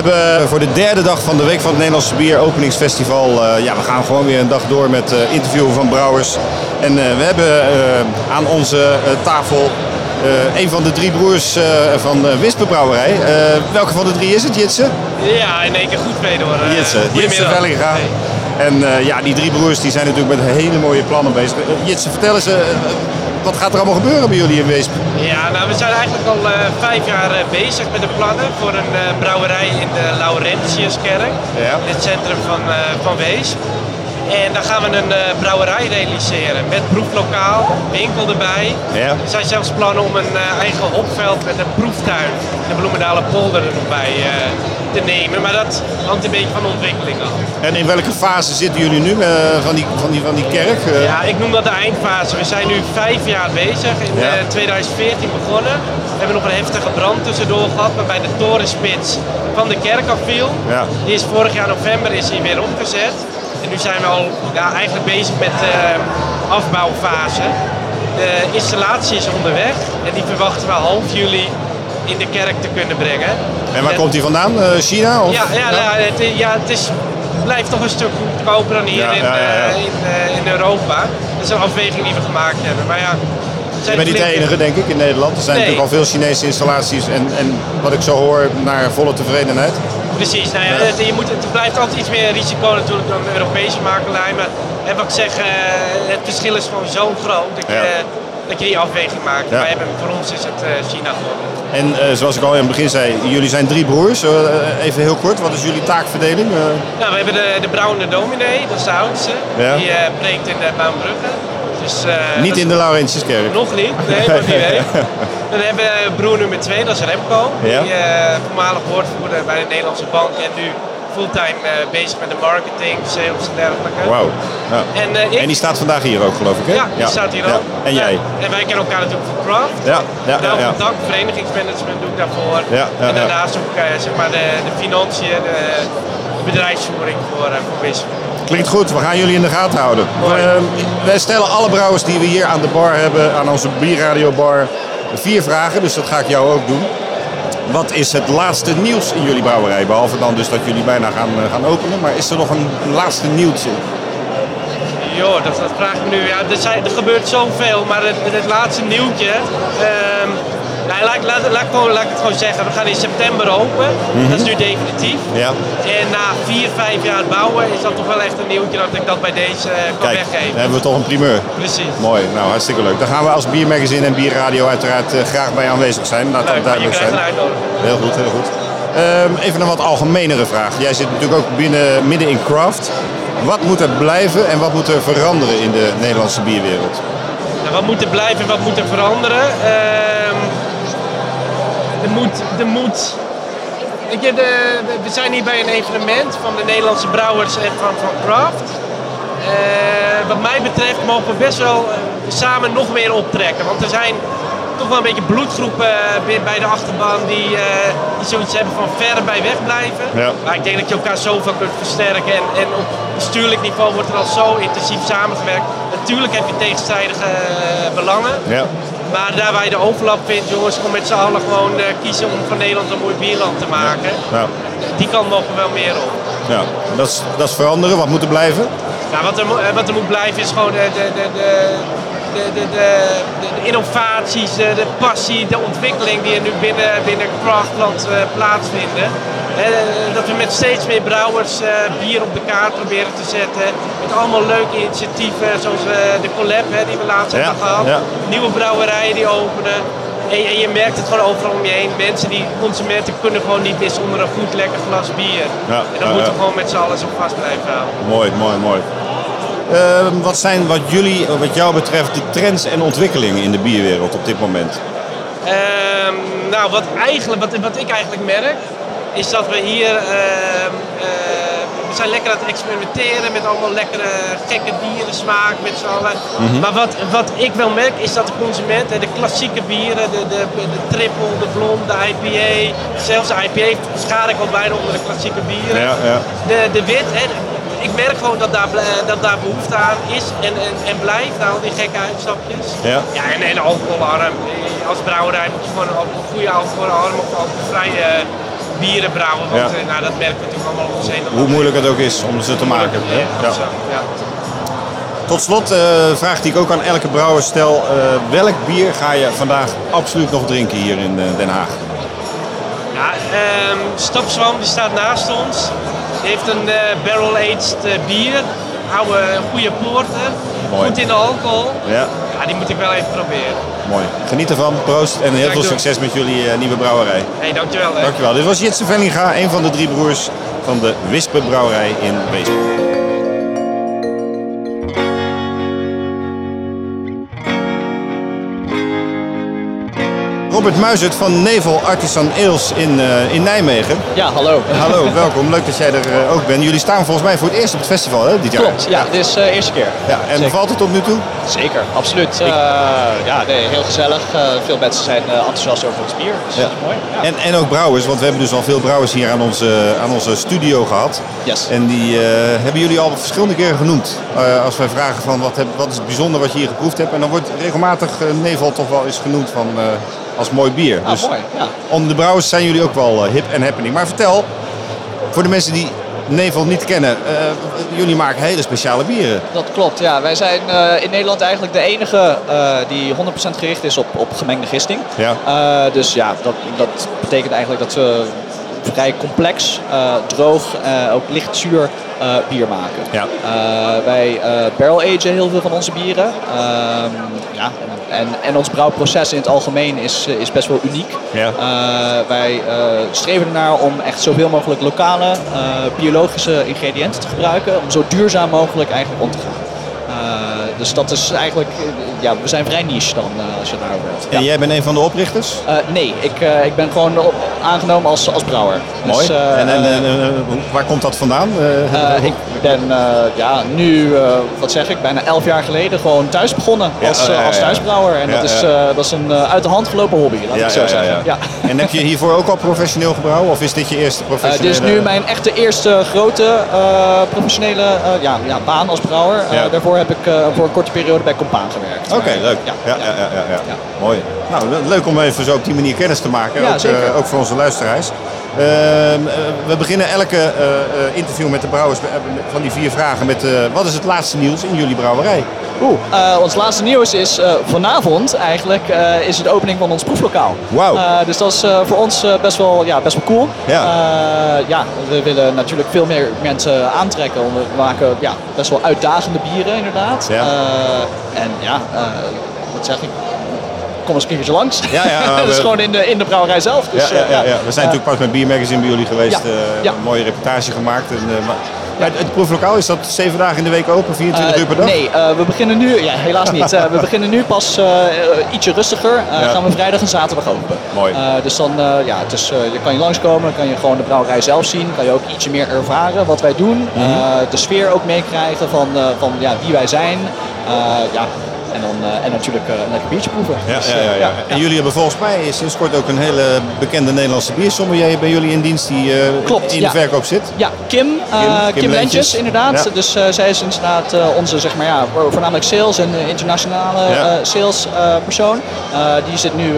hebben voor de derde dag van de Week van het Nederlandse Bier openingsfestival. We gaan gewoon weer een dag door met interviewen van brouwers. En we hebben aan onze tafel een van de drie broers van Wispe Brouwerij. Welke van de drie is het, Jitse? Ja, in één keer goed mee door. Jitse Vellinga. En die drie broers die zijn natuurlijk met hele mooie plannen bezig. Jitse, vertel eens, wat gaat er allemaal gebeuren bij jullie in Weesp? Ja, nou we zijn eigenlijk al 5 jaar bezig met de plannen voor een brouwerij in de Laurentiuskerk. Ja. In het centrum van Weesp. En dan gaan we een brouwerij realiseren met proeflokaal, winkel erbij. Ja. Er zijn zelfs plannen om een eigen opveld met een proeftuin, de Bloemendaler polder er nog bij te nemen. Maar dat hangt een beetje van de ontwikkeling af. En in welke fase zitten jullie nu van die kerk? Ja, ik noem dat de eindfase. We zijn nu 5 jaar bezig. In 2014 begonnen. We hebben nog een heftige brand tussendoor gehad waarbij de torenspits van de kerk afviel. Ja. Die is vorig jaar november weer opgezet. En nu zijn we al eigenlijk bezig met de afbouwfase. De installatie is onderweg en die verwachten we half juli in de kerk te kunnen brengen. En waar komt die vandaan? China? Of? Het blijft toch een stuk goedkoper dan hier in Europa. Dat is een afweging die we gemaakt hebben. Maar ja, je bent niet de enige, denk ik, in Nederland. Er zijn natuurlijk al veel Chinese installaties en wat ik zo hoor, naar volle tevredenheid. Precies, het blijft altijd iets meer risico natuurlijk dan de Europese makelij. Maar wat ik zeg, het verschil is gewoon zo groot dat je die afweging maakt. Ja. Voor ons is het China geworden. En zoals ik al in het begin zei, jullie zijn 3 broers. Even heel kort, wat is jullie taakverdeling? Nou, we hebben de brouwende dominee, dat is de oudste. Ja. Die preekt in de Baanbrugge. Dus, niet in de Laurentiuskerk? Nog niet, nee, maar wie weet. Dan hebben we broer nummer 2, dat is Remco. Ja. Die voormalig woordvoerder bij de Nederlandse Bank en nu fulltime bezig met de marketing, sales en dergelijke. Wauw. Ja. En die staat vandaag hier ook, geloof ik, hè? Ja, die staat hier ook. En jij? En wij kennen elkaar natuurlijk van Craft. Contact, verenigingsmanagement doe ik daarvoor. En daarnaast ook de financiën, de bedrijfsvoering voor Wisp. Klinkt goed, we gaan jullie in de gaten houden. Wij stellen alle brouwers die we hier aan de bar hebben, aan onze bierradiobar, 4 vragen, dus dat ga ik jou ook doen. Wat is het laatste nieuws in jullie brouwerij? Behalve dan dus dat jullie bijna gaan openen, maar is er nog een laatste nieuwtje? Jo, dat vraag ik me nu. Ja, er gebeurt zoveel, maar het laatste nieuwtje. Laat ik het gewoon zeggen, we gaan in september open. Dat is nu definitief. Ja. En na 4-5 jaar bouwen is dat toch wel echt een nieuwtje dat ik dat bij deze kan weggeven. Dan hebben we toch een primeur. Precies. Mooi, nou hartstikke leuk. Dan gaan we als Biermagazine en Bierradio uiteraard graag bij aanwezig zijn. Laat dat duidelijk zijn. Je krijgt een uitnodiging. Heel goed, heel goed. Even een wat algemenere vraag. Jij zit natuurlijk ook midden in craft. Wat moet er blijven en wat moet er veranderen in de Nederlandse bierwereld? Nou, wat moet er blijven en wat moet er veranderen? We zijn hier bij een evenement van de Nederlandse brouwers en van Craft. Wat mij betreft mogen we best wel samen nog meer optrekken. Want er zijn toch wel een beetje bloedgroepen bij de achterban die zoiets hebben van ver bij weg blijven. Ja. Maar ik denk dat je elkaar zoveel kunt versterken. En op bestuurlijk niveau wordt er al zo intensief samengewerkt. Natuurlijk heb je tegenstrijdige belangen. Ja. Maar daar waar je de overlap vindt, jongens, gewoon met z'n allen gewoon kiezen om van Nederland een mooi bierland te maken. Ja. Die kant mogen wel meer op. Ja, dat is veranderen. Wat moet er blijven? Nou, wat er moet blijven is gewoon de innovaties, de passie, de ontwikkeling die er nu binnen Craftland plaatsvinden. Dat we met steeds meer brouwers bier op de kaart proberen te zetten. Met allemaal leuke initiatieven zoals de Collab die we laatst hebben gehad. Ja. Nieuwe brouwerijen die openen. En je merkt het gewoon overal om je heen. Consumenten kunnen gewoon niet meer zonder een goed lekker glas bier. Ja. En dat moeten we gewoon met z'n allen zo vast blijven houden. Mooi. Wat zijn wat jou betreft de trends en ontwikkelingen in de bierwereld op dit moment? Wat ik eigenlijk merk is dat we hier we zijn lekker aan het experimenteren met allemaal lekkere gekke bieren smaak met z'n allen. Maar wat ik wel merk is dat de consument, de klassieke bieren, de triple, de blond, de IPA, zelfs de IPA schaar ik al bijna onder de klassieke bieren. Ja. De wit, ik merk gewoon dat daar behoefte aan is en blijft, al die gekke uitstapjes. Ja, en alcoholarm. Als brouwerij moet je gewoon een goede alcoholarm of alcoholvrije bieren brouwen. Want dat merken we natuurlijk allemaal om ons heen. Hoe moeilijk het ook is om ze te maken. Tot slot, vraag die ik ook aan elke brouwer stel. Welk bier ga je vandaag absoluut nog drinken hier in Den Haag? Ja, Stopswam die staat naast ons. Die heeft een barrel-aged bier. Oude, goede poorten. Mooi. Goed in de alcohol. Ja, die moet ik wel even proberen. mooi. Geniet ervan, proost en heel veel succes met jullie nieuwe brouwerij. Hey, dankjewel. Dankjewel. Dit was Jitse Vellinga, een van de 3 broers van de Wispe Brouwerij in Weesp. Robert Muizert van Nevel Artisan Ales in Nijmegen. Ja, hallo. Hallo, welkom. Leuk dat jij er ook bent. Jullie staan volgens mij voor het eerst op het festival, hè, dit jaar? Klopt, ja, dit is de eerste keer. Ja, en bevalt het tot nu toe? Zeker, absoluut. Heel gezellig. Veel mensen zijn enthousiast over het bier. Dus dat is mooi. Ja. En ook brouwers, want we hebben dus al veel brouwers hier aan onze studio gehad. Yes. En die hebben jullie al verschillende keren genoemd. Als wij vragen van wat is het bijzonder wat je hier geproefd hebt. En dan wordt regelmatig Nevel toch wel eens genoemd van... als mooi bier. Dus mooi, ja. Onder de brouwers zijn jullie ook wel hip en happening. Maar vertel, voor de mensen die Nevel niet kennen, jullie maken hele speciale bieren. Dat klopt, ja. Wij zijn in Nederland eigenlijk de enige die 100% gericht is op gemengde gisting. Ja. Dus ja, dat betekent eigenlijk dat we vrij complex, droog, ook licht zuur bier maken. Ja. Wij barrel-agen heel veel van onze bieren. En ons brouwproces in het algemeen is best wel uniek. Ja. Wij streven ernaar om echt zoveel mogelijk lokale, biologische ingrediënten te gebruiken. Om zo duurzaam mogelijk eigenlijk om te gaan. Dus dat is eigenlijk, we zijn vrij niche dan als je het daarover hebt. En jij bent een van de oprichters? Nee, ik ben gewoon aangenomen als brouwer. Mooi. Dus, waar komt dat vandaan? Ik ben nu, bijna 11 jaar geleden gewoon thuis begonnen als thuisbrouwer. En dat is een uit de hand gelopen hobby, laat ik zo zeggen. Ja. En heb je hiervoor ook al professioneel gebrouwen of is dit je eerste professionele? Dit is nu mijn echte eerste grote professionele baan als brouwer. Daarvoor heb ik voor een korte periode bij Compaan gewerkt. Oké, leuk. Ja. Mooi. Nou, leuk om even zo op die manier kennis te maken, ook voor onze luisteraars. We beginnen elke interview met de brouwers van die 4 vragen met wat is het laatste nieuws in jullie brouwerij? Ons laatste nieuws is vanavond eigenlijk is het de opening van ons proeflokaal. Wauw. Dus dat is voor ons best wel cool. Ja. We willen natuurlijk veel meer mensen aantrekken. We maken best wel uitdagende bieren inderdaad. Ja. Wat zeg ik? Kom eens een keertje langs. Dat is gewoon in de brouwerij zelf. Dus, We zijn natuurlijk pas met Beer Magazine bij jullie geweest. Een mooie reportage gemaakt. Het proeflokaal, is dat 7 dagen in de week open, 24 uur per dag? Nee, we beginnen nu, helaas niet. We beginnen nu pas ietsje rustiger. Gaan we vrijdag en zaterdag open. Mooi. Dus dan, je kan je langskomen, dan kan je gewoon de brouwerij zelf zien. Kan je ook ietsje meer ervaren wat wij doen. De sfeer ook meekrijgen van wie wij zijn. En natuurlijk een lekker biertje proeven. En jullie hebben volgens mij sinds kort ook een hele bekende Nederlandse biersommelier bij jullie in dienst die in de verkoop zit. Ja, Kim Lentjes inderdaad. Ja. Dus zij is inderdaad onze voornamelijk sales en internationale salespersoon. Die zit nu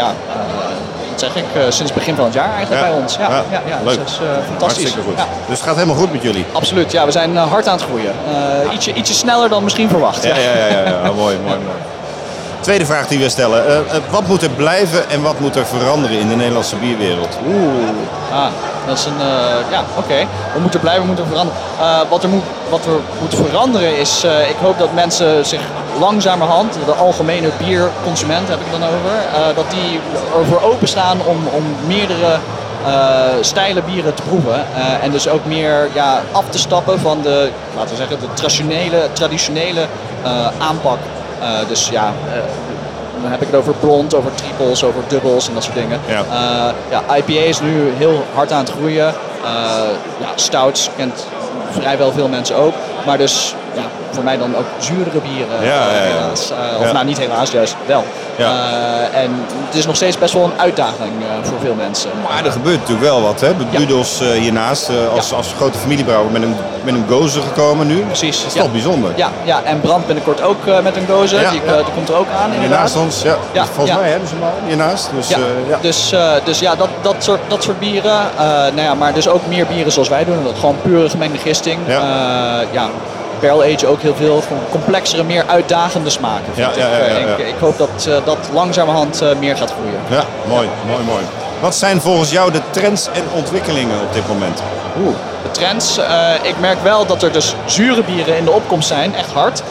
sinds het begin van het jaar eigenlijk bij ons. Leuk. Dus dat is fantastisch. Hartstikke goed. Ja. Dus het gaat helemaal goed met jullie? Absoluut, we zijn hard aan het groeien. Ietsje sneller dan misschien verwacht. Mooi. Tweede vraag die we stellen. Wat moet er blijven en wat moet er veranderen in de Nederlandse bierwereld? Dat is een... oké. We moeten blijven, we moeten veranderen. Wat er moet veranderen is... ik hoop dat mensen zich langzamerhand, de algemene bierconsument heb ik het dan over... dat die ervoor openstaan om meerdere stijle bieren te proeven. En dus ook meer af te stappen van de, laten we zeggen, de traditionele aanpak. Dan heb ik het over blond, over triples, over dubbels en dat soort dingen. IPA is nu heel hard aan het groeien. Stouts kent vrijwel veel mensen ook. Maar dus voor mij dan ook zuurdere bieren, helaas. Of nou, niet helaas, juist wel. Ja. En het is nog steeds best wel een uitdaging voor veel mensen. Maar er gebeurt natuurlijk wel wat, hè? Budels hiernaast, als grote familiebrouwer met een gozer gekomen nu. Precies. Dat is toch bijzonder. Ja, en Brand binnenkort ook met een gozer. Die komt er ook aan, inderdaad. Naast ons, volgens mij hebben ze hem al hiernaast. Dus, dat soort bieren. Maar dus ook meer bieren zoals wij doen. Dat gewoon pure gemengde gisting. Barrel age ook heel veel. Complexere, meer uitdagende smaken. Ik hoop dat langzamerhand meer gaat groeien. Ja, mooi. Wat zijn volgens jou de trends en ontwikkelingen op dit moment? De trends. Ik merk wel dat er dus zure bieren in de opkomst zijn. Echt hard.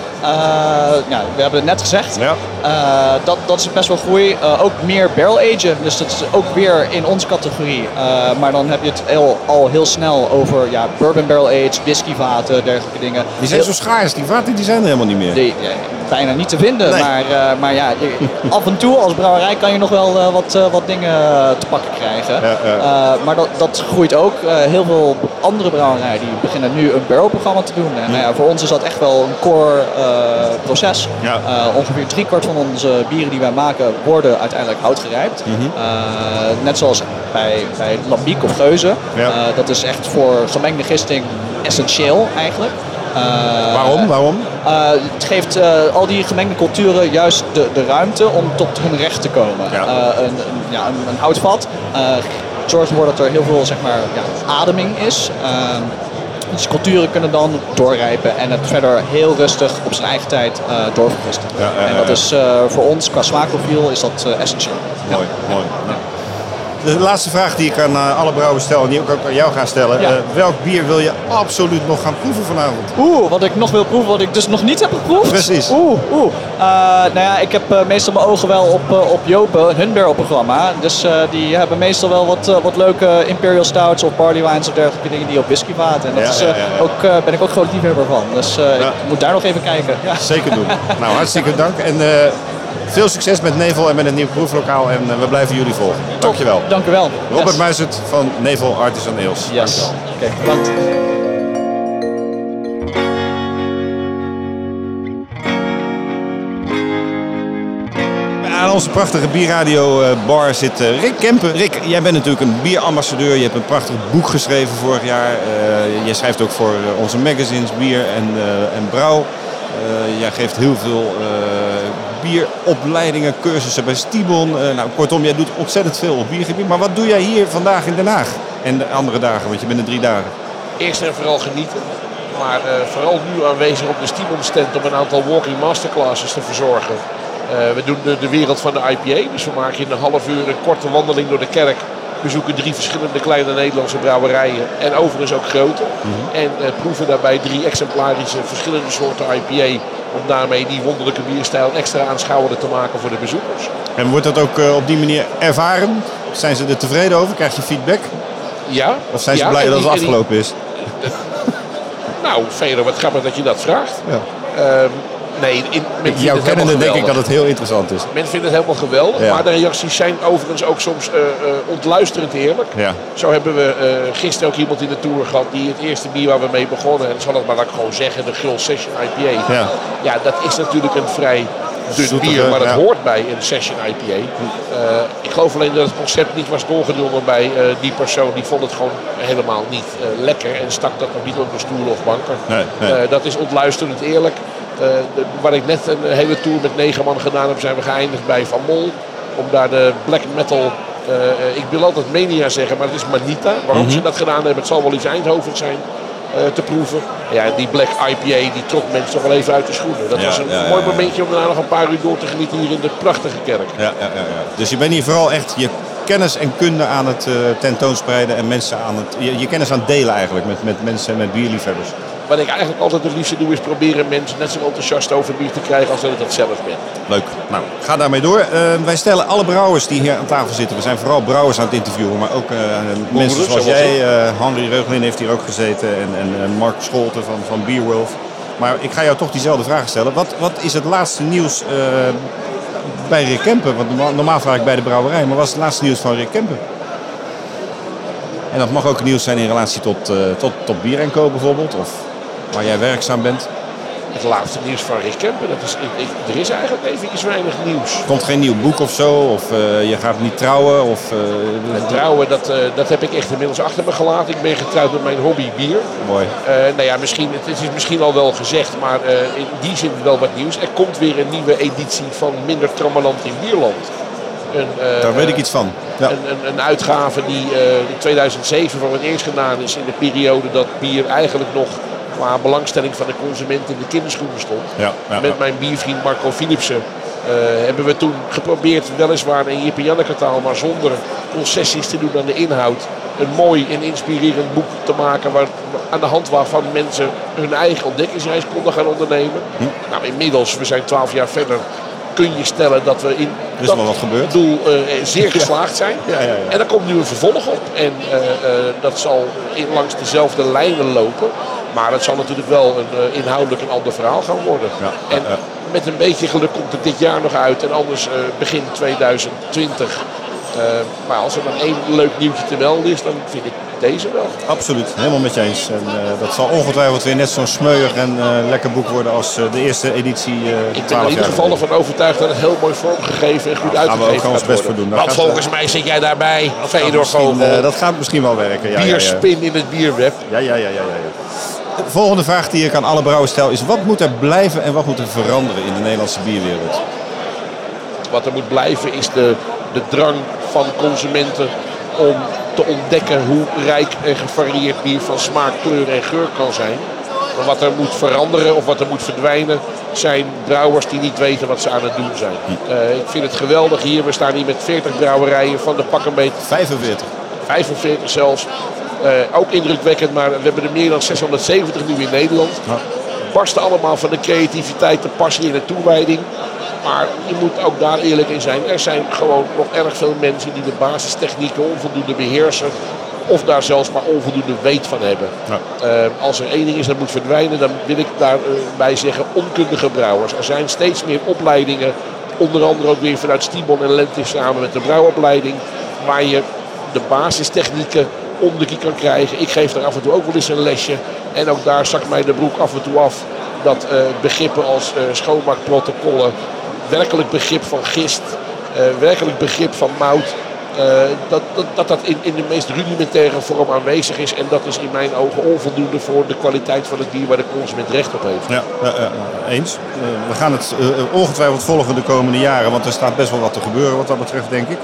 We hebben het net gezegd. Ja. Dat is best wel groei. Ook meer barrel agen. Dus dat is ook weer in onze categorie. Maar dan heb je het al heel snel over bourbon barrel aged, whiskyvaten, dergelijke dingen. Die zijn zo schaars. Die vaten die zijn er helemaal niet meer. Bijna niet te vinden. Nee. Maar af en toe als brouwerij kan je nog wel wat dingen te pakken krijgen. Maar dat groeit ook. Heel veel andere brouwerijen die beginnen nu een barrelprogramma te doen. En voor ons is dat echt wel een core proces. Ongeveer 3/4 van onze bieren die wij maken worden uiteindelijk houtgerijpt. Net zoals bij Lambiek of Geuze. Dat is echt voor gemengde gisting essentieel eigenlijk. Waarom? Het geeft al die gemengde culturen juist de ruimte om tot hun recht te komen. Een houtvat zorgt ervoor dat er heel veel ademing is. Dus culturen kunnen dan doorrijpen en het verder heel rustig op zijn eigen tijd doorvergisten. En dat is voor ons qua smaakprofiel is dat essentieel. Mooi. De laatste vraag die ik aan alle brouwers stel en die ik ook aan jou ga stellen. Welk bier wil je absoluut nog gaan proeven vanavond? Wat ik nog wil proeven, wat ik dus nog niet heb geproefd? Precies. Ik heb meestal mijn ogen wel op Jopen, hun barrelprogramma. Dus die hebben meestal wel wat leuke Imperial Stouts of Barley Wines of dergelijke dingen die op whisky vaten. En dat ben ik ook groot liefhebber van. Dus ik moet daar nog even kijken. Ja. Zeker doen. Nou, hartstikke dank. En veel succes met Nevel en met het nieuwe proeflokaal. En we blijven jullie volgen. Dankjewel. Dank u wel. Robert Muisert van Nevel Artisan Ales. Yes. Oké, bedankt. Aan onze prachtige bierradio bar zit Rick Kempen. Rick, jij bent natuurlijk een bierambassadeur. Je hebt een prachtig boek geschreven vorig jaar. Je schrijft ook voor onze magazines Bier en Brouw. Jij geeft heel veel bieropleidingen, cursussen bij Stibon. Kortom, jij doet ontzettend veel op biergebied. Maar wat doe jij hier vandaag in Den Haag? En de andere dagen, want je bent er 3 dagen. Eerst en vooral genieten. Maar vooral nu aanwezig op de Stibon stand om een aantal walking masterclasses te verzorgen. We doen de wereld van de IPA. Dus we maken in een half uur een korte wandeling door de kerk. We zoeken 3 verschillende kleine Nederlandse brouwerijen. En overigens ook grote. En proeven daarbij 3 exemplarische verschillende soorten IPA. Om daarmee die wonderlijke bierstijl extra aanschouwelijk te maken voor de bezoekers. En wordt dat ook op die manier ervaren? Zijn ze er tevreden over? Krijg je feedback? Ja. Of zijn ze blij dat het afgelopen is? Nou, Feder, wat grappig dat je dat vraagt. Ja. Jouw kennende denk ik dat het heel interessant is. Men vindt het helemaal geweldig, maar de reacties zijn overigens ook soms ontluisterend eerlijk. Ja. Zo hebben we gisteren ook iemand in de tour gehad die het eerste bier waar we mee begonnen, en ik zal het maar gewoon zeggen, de Grill Session IPA. Ja, dat is natuurlijk een vrij dun bier, maar dat hoort bij een Session IPA. Ik geloof alleen dat het concept niet was doorgedrongen bij die persoon. Die vond het gewoon helemaal niet lekker en stak dat nog niet op de stoel of banken. Nee. Dat is ontluisterend eerlijk. Waar ik net een hele tour met 9 man gedaan heb, zijn we geëindigd bij Van Mol. Om daar de black metal, ik wil altijd Mania zeggen, maar het is Manita. Waarom ze dat gedaan hebben, het zal wel iets Eindhoven zijn, te proeven. Ja, die black IPA, die trok mensen toch wel even uit de schoenen. Dat was een mooi momentje om daarna nog een paar uur door te genieten hier in de prachtige kerk. Ja. Dus je bent hier vooral echt je kennis en kunde aan het tentoonspreiden en mensen aan het, je kennis aan het delen eigenlijk met mensen en met bierliefhebbers. Wat ik eigenlijk altijd het liefste doe is proberen mensen net zo enthousiast over bier te krijgen als dat ik dat zelf ben. Leuk. Nou, ga daarmee door. Wij stellen alle brouwers die hier aan tafel zitten. We zijn vooral brouwers aan het interviewen, maar ook mensen zoals jij. Henri Reugelin heeft hier ook gezeten en Mark Scholten van Beerwolf. Maar ik ga jou toch diezelfde vraag stellen. Wat is het laatste nieuws bij Rick Kempen? Want normaal vraag ik bij de brouwerij, maar wat is het laatste nieuws van Rick Kempen? En dat mag ook nieuws zijn in relatie tot Bier & Co bijvoorbeeld, of waar jij werkzaam bent. Het laatste nieuws van Rick Kempen, er is eigenlijk eventjes weinig nieuws. Komt geen nieuw boek of zo? Of je gaat niet trouwen? Of, trouwen, dat heb ik echt inmiddels achter me gelaten. Ik ben getrouwd met mijn hobby bier. Mooi. Nou ja, het is misschien al wel gezegd, maar in die zin wel wat nieuws. Er komt weer een nieuwe editie van Minder Trammeland in Bierland. Daar weet ik iets van. Ja. Een uitgave die in 2007 voor het eerst gedaan is in de periode dat bier eigenlijk nog qua belangstelling van de consument in de kinderschoenen stond. Ja. Met mijn biervriend Marco Philipsen hebben we toen geprobeerd, weliswaar in Jip en Janneke taal, maar zonder concessies te doen aan de inhoud, een mooi en inspirerend boek te maken aan de hand waarvan mensen hun eigen ontdekkingsreis konden gaan ondernemen. Nou, inmiddels, we zijn 12 jaar verder, kun je stellen dat we in dat doel zeer geslaagd zijn. Ja. En er komt nu een vervolg op. En dat zal langs dezelfde lijnen lopen. Maar het zal natuurlijk wel inhoudelijk een ander verhaal gaan worden. Ja. En met een beetje geluk komt het dit jaar nog uit. En anders begin 2020. Maar als er dan één leuk nieuwtje te melden is, dan vind ik deze wel. Absoluut, helemaal met je eens. En dat zal ongetwijfeld weer net zo'n smeuig en lekker boek worden als de eerste editie. Ik ben er in ieder geval ervan overtuigd dat het heel mooi vormgegeven en goed uitgegeven gaat worden. Best voor doen. Want volgens mij zit jij daarbij, Fedor Vogel. Dat gaat misschien wel werken. Bierspin in het bierweb. Ja. De volgende vraag die ik aan alle brouwers stel is: wat moet er blijven en wat moet er veranderen in de Nederlandse bierwereld? Wat er moet blijven is de drang van consumenten om te ontdekken hoe rijk en gevarieerd bier van smaak, kleur en geur kan zijn. Maar wat er moet veranderen of wat er moet verdwijnen zijn brouwers die niet weten wat ze aan het doen zijn. Ik vind het geweldig hier. We staan hier met 40 brouwerijen van de pak een beetje. 45 zelfs. Ook indrukwekkend, maar we hebben er meer dan 670 nu in Nederland. Barsten allemaal van de creativiteit, de passie en de toewijding. Maar je moet ook daar eerlijk in zijn. Er zijn gewoon nog erg veel mensen die de basistechnieken onvoldoende beheersen. Of daar zelfs maar onvoldoende weet van hebben. Ja. Als er één ding is dat moet verdwijnen, dan wil ik daarbij zeggen onkundige brouwers. Er zijn steeds meer opleidingen. Onder andere ook weer vanuit Stibon en Lentis samen met de brouwopleiding. Waar je de basistechnieken onder die kan krijgen. Ik geef daar af en toe ook wel eens een lesje. En ook daar zakt mij de broek af en toe af. Dat begrippen als schoonmaakprotocollen, werkelijk begrip van gist, werkelijk begrip van mout, dat in de meest rudimentaire vorm aanwezig is. En dat is in mijn ogen onvoldoende voor de kwaliteit van het bier waar de consument recht op heeft. Ja, eens. We gaan het ongetwijfeld volgen de komende jaren, want er staat best wel wat te gebeuren wat dat betreft, denk ik.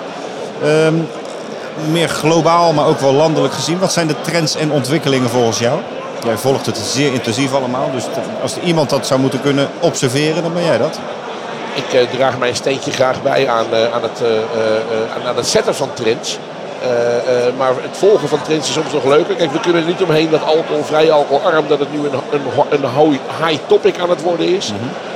Meer globaal, maar ook wel landelijk gezien. Wat zijn de trends en ontwikkelingen volgens jou? Jij volgt het zeer intensief allemaal, dus als er iemand dat zou moeten kunnen observeren, dan ben jij dat. Ik draag mijn steentje graag bij aan het zetten van trends. Maar het volgen van trends is soms nog leuker. Kijk, we kunnen er niet omheen dat alcoholvrij, alcoholarm, dat het nu een high topic aan het worden is.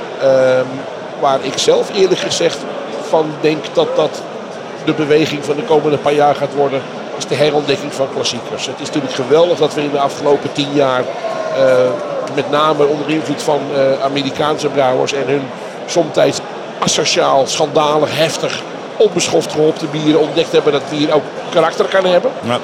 Waar ik zelf eerlijk gezegd van denk dat de beweging van de komende paar jaar gaat worden, is de herontdekking van klassiekers. Het is natuurlijk geweldig dat we in de afgelopen 10 jaar, met name onder invloed van Amerikaanse brouwers en hun somtijds asociaal, schandalig, heftig, onbeschoft gehopte bieren ontdekt hebben dat bier ook karakter kan hebben. Ja.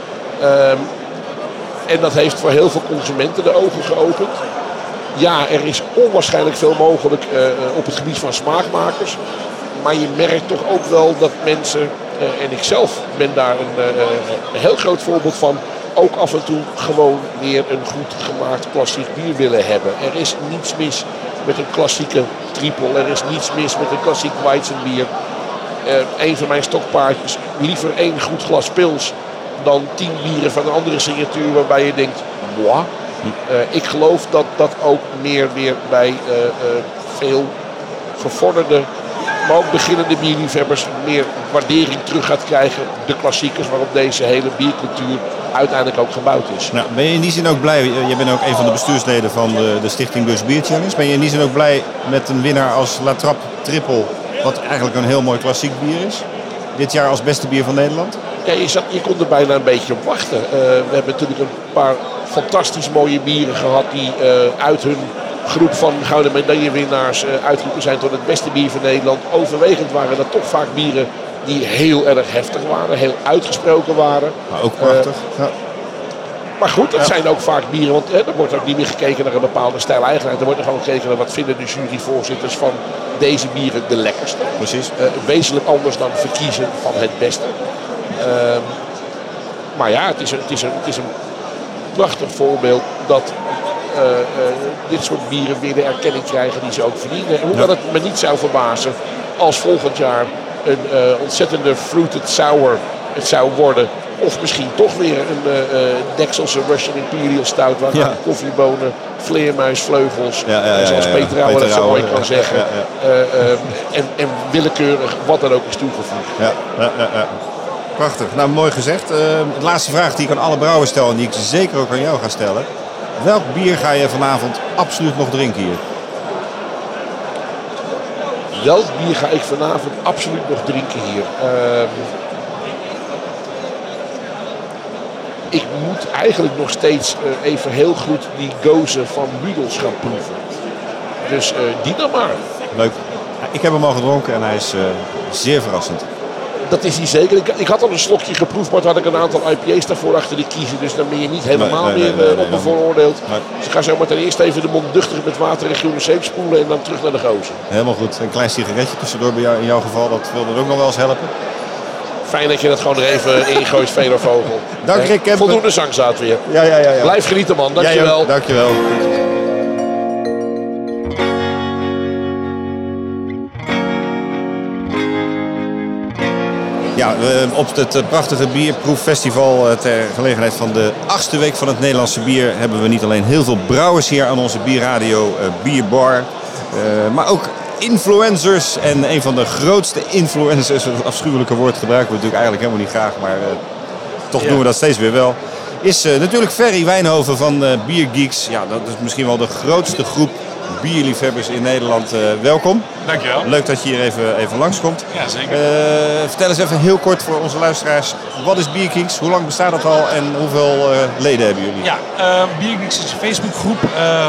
En dat heeft voor heel veel consumenten de ogen geopend. Ja, er is onwaarschijnlijk veel mogelijk op het gebied van smaakmakers. Maar je merkt toch ook wel dat mensen, en ik zelf ben daar een heel groot voorbeeld van, ook af en toe gewoon weer een goed gemaakt klassiek bier willen hebben. Er is niets mis met een klassieke triple. Er is niets mis met een klassiek Weizenbier. Een van mijn stokpaardjes, liever 1 goed glas pils dan 10 bieren van een andere signatuur waarbij je denkt, moi. Ik geloof dat dat ook meer weer bij veel gevorderde, maar ook beginnende bierliefhebbers meer waardering terug gaat krijgen. De klassiekers waarop deze hele biercultuur uiteindelijk ook gebouwd is. Nou, ben je in die zin ook blij, je bent ook een van de bestuursleden van de Stichting Beurs Bier Challenge. Ben je in die zin ook blij met een winnaar als La Trappe Triple, wat eigenlijk een heel mooi klassiek bier is? Dit jaar als beste bier van Nederland? Ja, je kon er bijna een beetje op wachten. We hebben natuurlijk een paar fantastisch mooie bieren gehad die uit hun groep van gouden medaillewinnaars uitgeroepen zijn tot het beste bier van Nederland. Overwegend waren dat toch vaak bieren die heel erg heftig waren, heel uitgesproken waren. Maar ook prachtig. Maar goed, dat zijn ook vaak bieren, want er wordt ook niet meer gekeken naar een bepaalde stijl-eigenheid. Er wordt er gewoon gekeken naar wat vinden de juryvoorzitters van deze bieren de lekkerste. Precies. Wezenlijk anders dan verkiezen van het beste. Maar ja, het is een prachtig voorbeeld dat dit soort bieren weer de erkenning krijgen die ze ook verdienen. Hoewel het me niet zou verbazen als volgend jaar een ontzettende fruited sour het zou worden. Of misschien toch weer een Dekselse Russian Imperial Stout. Waar koffiebonen, vleermuisvleugels. Zoals Peter Rauwer dat zo mooi kan zeggen. En willekeurig wat dan ook is toegevoegd. Prachtig. Nou, mooi gezegd. De laatste vraag die ik aan alle brouwers stel en die ik zeker ook aan jou ga stellen. Welk bier ga je vanavond absoluut nog drinken hier? Welk bier ga ik vanavond absoluut nog drinken hier? Ik moet eigenlijk nog steeds even heel goed die gozer van Rudels gaan proeven. Dus die dan maar. Leuk. Ik heb hem al gedronken en hij is zeer verrassend. Dat is hij zeker. Ik had al een slokje geproefd, maar toen had ik een aantal IPA's daarvoor achter de kiezen. Dus dan ben je niet helemaal meer op me veroordeeld. Dus ik ga zo maar ten eerste even de mond duchtig met water en groene zeep spoelen en dan terug naar de gozer. Helemaal goed. Een klein sigaretje tussendoor bij jou, in jouw geval, dat wil er ook nog wel eens helpen. Fijn dat je dat gewoon er even ingooit, Velervogel. Dank Rick Kempen. Voldoende zangzaad weer. Ja. Blijf genieten, man. Dankjewel. Dankjewel. Ja, op het prachtige bierproeffestival ter gelegenheid van de 8e week van het Nederlandse bier hebben we niet alleen heel veel brouwers hier aan onze bierradio Bierbar, maar ook influencers. En een van de grootste influencers, dat afschuwelijke woord gebruiken we natuurlijk eigenlijk helemaal niet graag, maar toch doen we dat steeds weer wel, is natuurlijk Ferry Wijnhoven van Biergeeks. Ja, dat is misschien wel de grootste groep bierliefhebbers in Nederland. Welkom. Dankjewel. Leuk dat je hier even langskomt. Ja, zeker. Vertel eens even heel kort voor onze luisteraars. Wat is Biergeeks? Hoe lang bestaat dat al en hoeveel leden hebben jullie? Ja, Biergeeks is een Facebookgroep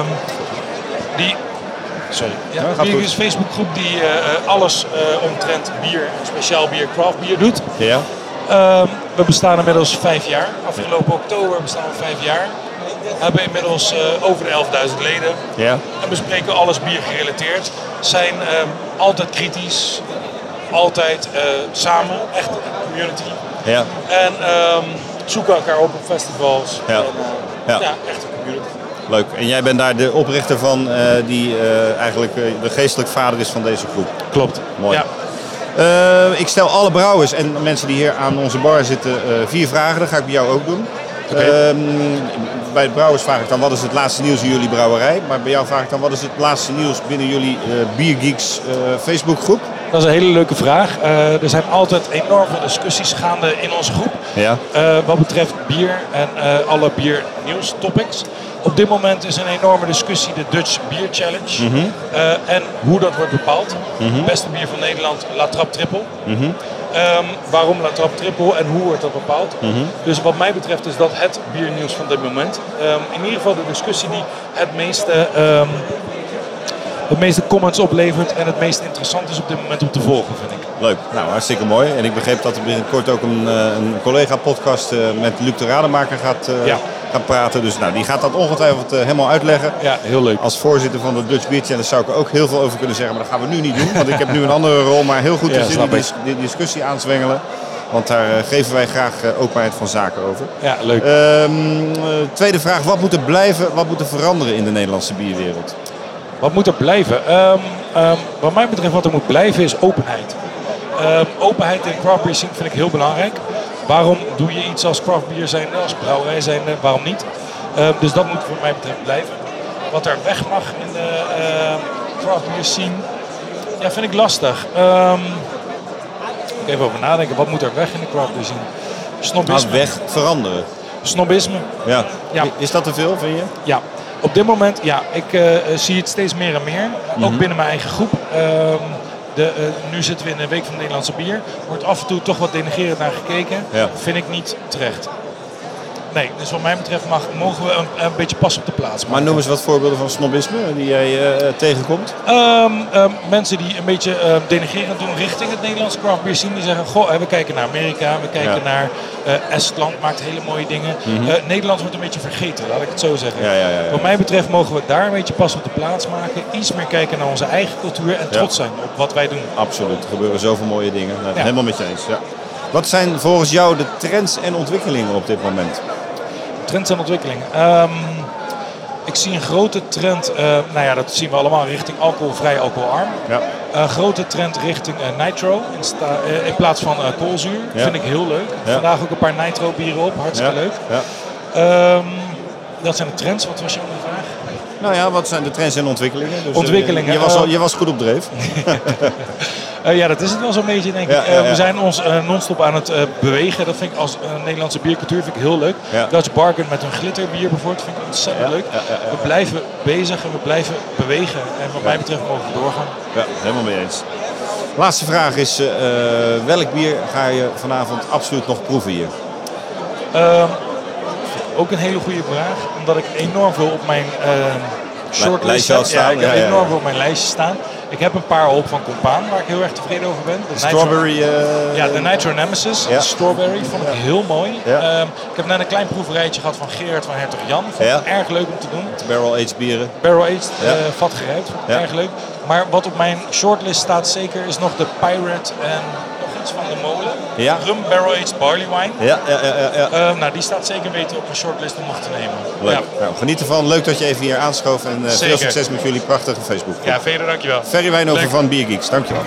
die... Sorry. Ja, Biergeeks is een Facebookgroep die alles omtrent bier, speciaal bier, craft bier doet. Ja. We bestaan inmiddels 5 jaar. Afgelopen oktober bestaan we 5 jaar. We hebben inmiddels over de 11.000 leden. Ja. En bespreken alles bier gerelateerd. Zijn altijd kritisch. Altijd samen. Echt een community. Ja. En zoeken elkaar op festivals. Ja. En, echt een community. Leuk. En jij bent daar de oprichter van die eigenlijk de geestelijk vader is van deze groep. Klopt. Mooi. Ja. Ik stel alle brouwers en mensen die hier aan onze bar zitten 4 vragen. Dat ga ik bij jou ook doen. Okay. Bij de brouwers vraag ik dan wat is het laatste nieuws in jullie brouwerij. Maar bij jou vraag ik dan wat is het laatste nieuws binnen jullie Biergeeks Facebookgroep. Dat is een hele leuke vraag. Er zijn altijd enorm veel discussies gaande in onze groep. Ja. Wat betreft bier en alle biernieuws topics. Op dit moment is een enorme discussie de Dutch Beer Challenge. En hoe dat wordt bepaald. Het beste bier van Nederland, La Trappe Triple. Waarom La Trappe Triple en hoe wordt dat bepaald? Dus wat mij betreft is dat het biernieuws van dit moment. In ieder geval de discussie die het meeste comments oplevert en het meest interessant is op dit moment om te volgen, vind ik. Leuk, nou hartstikke mooi. En ik begreep dat er binnenkort ook een collega-podcast met Luc de Rademaker gaat praten. Dus nou, die gaat dat ongetwijfeld helemaal uitleggen. Ja, heel leuk. Als voorzitter van de Dutch Beer Challenge zou ik er ook heel veel over kunnen zeggen. Maar dat gaan we nu niet doen, want ik heb nu een andere rol. Maar heel goed dat jullie die discussie aanzwengelen. Want daar geven wij graag openheid van zaken over. Ja, leuk. Tweede vraag, wat moet er blijven, wat moet er veranderen in de Nederlandse bierwereld? Wat moet er blijven? Wat mij betreft wat er moet blijven is openheid. Openheid in craft beer scene vind ik heel belangrijk. Waarom doe je iets als craft beer zijn, als brouwerij zijn, waarom niet? Dus dat moet voor mij betreft blijven. Wat er weg mag in de craft beer scene, ja, vind ik lastig. Even over nadenken, wat moet er weg in de craft beer scene? Snobisme. Weg veranderen. Snobisme. Ja. Ja. Is dat te veel, vind je? Ja. Op dit moment, ja, ik zie het steeds meer en meer. Ook binnen mijn eigen groep. Nu zitten we in de Week van Nederlandse Bier. Wordt af en toe toch wat denigrerend naar gekeken. Ja. Vind ik niet terecht. Nee, dus wat mij betreft mogen we een beetje pas op de plaats maken. Maar noem eens wat voorbeelden van snobisme die jij tegenkomt. Mensen die een beetje denigrerend doen richting het Nederlandse craft beer scene. Die zeggen, goh, we kijken naar Amerika, we kijken naar Estland, maakt hele mooie dingen. Nederland wordt een beetje vergeten, laat ik het zo zeggen. Wat mij betreft mogen we daar een beetje pas op de plaats maken. Iets meer kijken naar onze eigen cultuur en trots zijn op wat wij doen. Absoluut, er gebeuren zoveel mooie dingen. Helemaal met je eens. Ja. Wat zijn volgens jou de trends en ontwikkelingen op dit moment? Trends en ontwikkelingen. Ik zie een grote trend, dat zien we allemaal, richting alcoholvrij, alcoholarm. Ja. Een grote trend richting nitro in plaats van koolzuur. Ja. Vind ik heel leuk. Ja. Vandaag ook een paar nitro bieren op, hartstikke leuk. Ja. Dat zijn de trends. Wat was jouw vraag? Nou ja, wat zijn de trends en ontwikkelingen? Dus, ontwikkelingen. Je was goed op dreef. Ja, dat is het wel zo'n beetje, denk ik. We zijn ons non-stop aan het bewegen. Dat vind ik als Nederlandse biercultuur vind ik heel leuk. Ja. Dutch Bargain met hun glitterbier bijvoorbeeld vind ik ontzettend leuk. We blijven bezig en we blijven bewegen. En wat mij betreft mogen we doorgaan. Ja, helemaal mee eens. Laatste vraag is, welk bier ga je vanavond absoluut nog proeven hier? Ook een hele goede vraag. Omdat ik enorm veel op mijn shortlist heb. Staan. Ik heb enorm veel op mijn lijstje staan. Ik heb een paar op van Compaan waar ik heel erg tevreden over ben. De Strawberry. De Nitro Nemesis, de Strawberry, vond ik heel mooi. Ja. Ik heb net een klein proeverijtje gehad van Gerard van Hertog Jan. Vond ik erg leuk om te doen. Barrel-aged bieren. Barrel-aged, vatgerijpt, vond ik erg leuk. Maar wat op mijn shortlist staat zeker is nog de Pirate en nog iets van de molen. Ja. Rum Barrel-aged Barley Wine. Ja. Die staat zeker weten op mijn shortlist om nog te nemen. Leuk. Ja. Nou, geniet ervan. Leuk dat je even hier aanschoof. En veel succes met jullie prachtige Facebook. Ja, verder dankjewel. Ferry Wijnhoven van Beer Geeks. Dankjewel.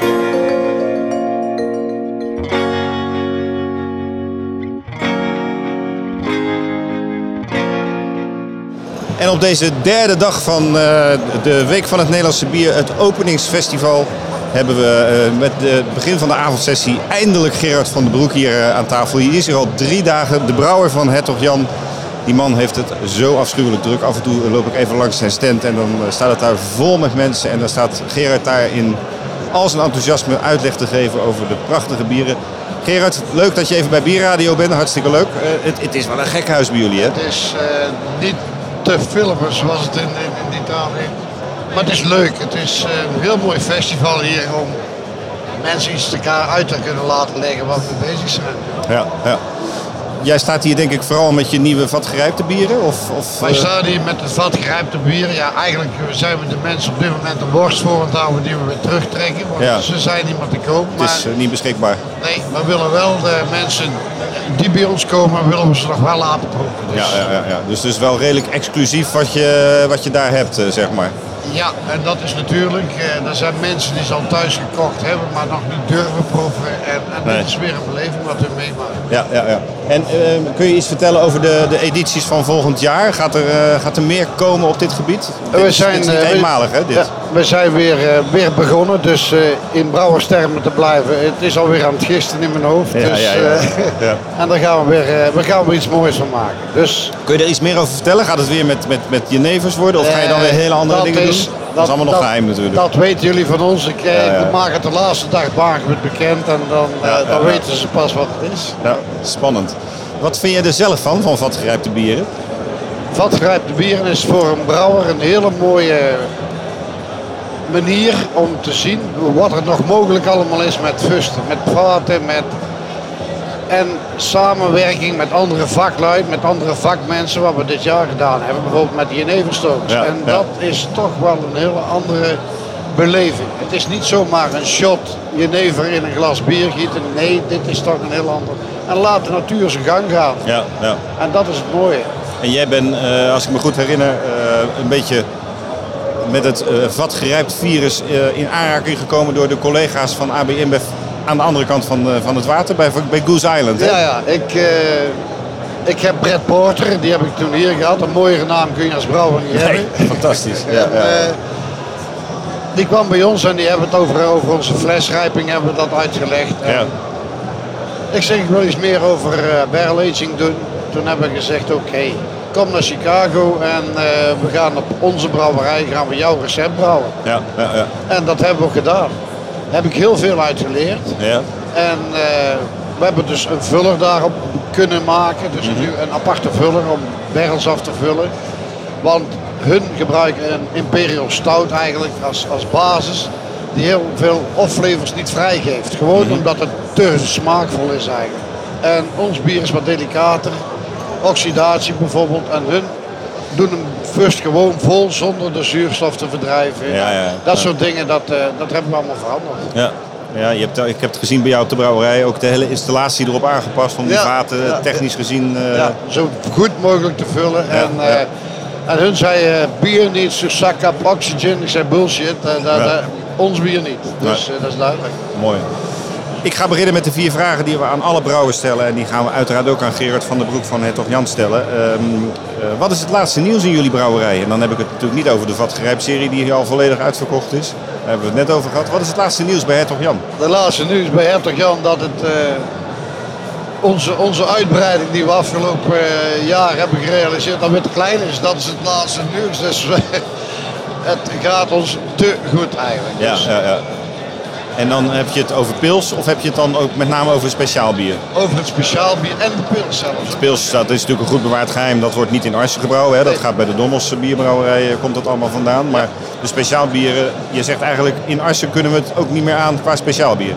En op deze derde dag van de Week van het Nederlandse Bier, het openingsfestival, hebben we met het begin van de avondsessie eindelijk Gerard van den Broek hier aan tafel. Hier is hier al 3 dagen, de brouwer van Hertog Jan. Die man heeft het zo afschuwelijk druk. Af en toe loop ik even langs zijn stand en dan staat het daar vol met mensen. En dan staat Gerard daar in al zijn enthousiasme uitleg te geven over de prachtige bieren. Gerard, leuk dat je even bij Bierradio bent. Hartstikke leuk. Het is wel een gek huis bij jullie, hè? Het is niet te filmen zoals het in Italië. Maar het is leuk. Het is een heel mooi festival hier om mensen iets uit te kunnen laten leggen wat we bezig zijn. Ja. Jij staat hier denk ik vooral met je nieuwe vatgerijpte bieren? Wij staan hier met het vatgerijpte bieren. Ja, eigenlijk zijn we de mensen op dit moment de borst voor aan het houden die we weer terugtrekken. Want ze zijn niet meer te koop. Het is niet beschikbaar. Nee, we willen wel de mensen die bij ons komen, willen we ze nog wel laten proeven. Dus. Ja. Dus het is wel redelijk exclusief wat je daar hebt, zeg maar. Ja, en dat is natuurlijk, er zijn mensen die ze al thuis gekocht hebben, maar nog niet durven proeven. En dit is weer een beleving wat we meemaken. Ja. En kun je iets vertellen over de edities van volgend jaar? Gaat er meer komen op dit gebied? Dit is niet eenmalig, hè? Dit. Ja, we zijn weer begonnen, dus in brouwerstermen te blijven. Het is alweer aan het gisten in mijn hoofd. En daar gaan we weer iets moois van maken. Dus, kun je er iets meer over vertellen? Gaat het weer met jenevers worden? Of ga je dan weer hele andere dingen doen? Dat is allemaal nog geheim natuurlijk. Dat weten jullie van ons. We maken het de laatste dag maken we het bekend en dan weten ze pas wat het is. Ja, spannend. Wat vind je er zelf van vatgerijpte bieren? Vatgerijpte bieren is voor een brouwer een hele mooie manier om te zien wat er nog mogelijk allemaal is met fusten, met vaten, en samenwerking met andere vaklui, met andere vakmensen, wat we dit jaar gedaan hebben, bijvoorbeeld met de jeneverstokers. Dat is toch wel een hele andere beleving. Het is niet zomaar een shot jenever in een glas bier gieten. Nee, dit is toch een heel ander. En laat de natuur zijn gang gaan. Ja. En dat is het mooie. En jij bent, als ik me goed herinner, een beetje met het vatgerijpt virus in aanraking gekomen door de collega's van AB InBev aan de andere kant van het water, bij Goose Island. Hè? Ja. Ik heb Brett Porter, die heb ik toen hier gehad. Een mooiere naam kun je als brouwer niet hebben. Fantastisch. Die kwam bij ons en die hebben het over onze flesrijping hebben we dat uitgelegd. Ik zeg, ik wil iets meer over barrel aging doen. Toen heb ik gezegd, oké, kom naar Chicago en we gaan op onze brouwerij gaan we jouw recept brouwen. Ja. En dat hebben we ook gedaan. Daar heb ik heel veel uit geleerd. Ja. En we hebben dus een vuller daarop kunnen maken. Dus nu een aparte vuller om barrels af te vullen. Want hun gebruiken een Imperial Stout eigenlijk als basis. Die heel veel off-flavors niet vrijgeeft. Gewoon omdat het te smaakvol is eigenlijk. En ons bier is wat delicater. Oxidatie bijvoorbeeld. En hun doen hem first gewoon vol zonder de zuurstof te verdrijven. Dat soort dingen, dat hebben we allemaal veranderd. Ja. Ja, ik heb het gezien bij jou op de brouwerij. Ook de hele installatie erop aangepast om die vaten technisch gezien... zo goed mogelijk te vullen. En hun zei, bier needs to suck up oxygen. Ik zei bullshit, ons bier niet. Dus dat is duidelijk. Mooi. Ik ga beginnen met de 4 vragen die we aan alle brouwers stellen. En die gaan we uiteraard ook aan Gerard van der Broek van Hertog Jan stellen. Wat is het laatste nieuws in jullie brouwerij? En dan heb ik het natuurlijk niet over de vatgrijpserie die al volledig uitverkocht is. Daar hebben we het net over gehad. Wat is het laatste nieuws bij Hertog Jan? Het laatste nieuws bij Hertog Jan dat het... Onze uitbreiding die we afgelopen jaar hebben gerealiseerd, dat weer te klein is. Dat is het laatste nieuws. Dus het gaat ons te goed eigenlijk. Dus. Ja. En dan heb je het over pils of heb je het dan ook met name over speciaal bier? Over het speciaal bier en de pils zelfs. De pils, dat is natuurlijk een goed bewaard geheim. Dat wordt niet in Arsen gebrouwen. Hè? Dat gaat bij de Dommelse bierbrouwerij, komt dat allemaal vandaan. Maar de speciaal bieren, je zegt eigenlijk in Arsen kunnen we het ook niet meer aan qua speciaal bier.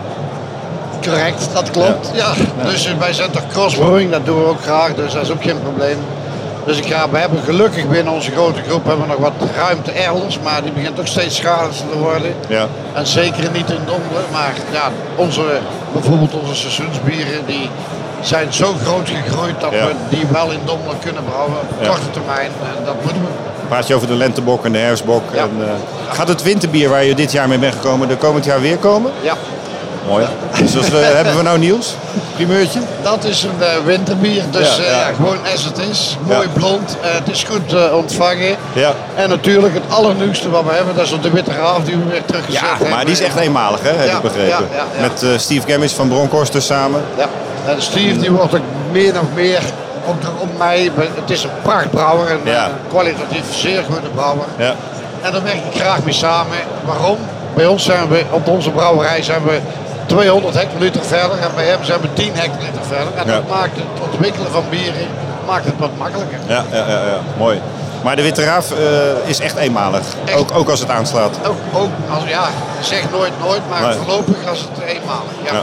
Correct, dat klopt. Ja. Dus wij zijn toch crossbrewing, dat doen we ook graag, dus dat is ook geen probleem. Dus we hebben gelukkig binnen onze grote groep hebben we nog wat ruimte elders, maar die begint ook steeds schadelijker te worden. Ja. En zeker niet in Dommelen, maar ja, bijvoorbeeld onze seizoensbieren die zijn zo groot gegroeid dat we die wel in Dommelen kunnen brouwen op korte termijn. En dat moeten we. Praat je over de lentebok en de herfstbok. Ja. En, gaat het winterbier waar je dit jaar mee bent gekomen er komend jaar weer komen? Ja. Mooi. Dus hebben we nou nieuws? Primeurtje? Dat is een winterbier, dus gewoon as het is. Mooi blond, het is goed ontvangen. Ja. En natuurlijk het allernieuwste wat we hebben, dat is op de Witte Raaf die we weer teruggezet hebben. Maar die is echt eenmalig, hè? Heb ik begrepen. Met Steve Gammis van Bronkhorst samen. Ja, en Steve die wordt ook meer en meer op mij. Het is een prachtbrouwer, een kwalitatief zeer goede brouwer. Ja. En daar werk ik graag mee samen. Waarom? Bij ons zijn we, op onze brouwerij zijn we 200 hectoliter verder en bij hem zijn we 10 hectoliter verder. En dat maakt het ontwikkelen van bieren wat makkelijker. Ja, mooi. Maar de Witte Raaf is echt eenmalig, echt. Ook als het aanslaat? Ook als, zeg nooit, maar voorlopig als het eenmalig. Ja.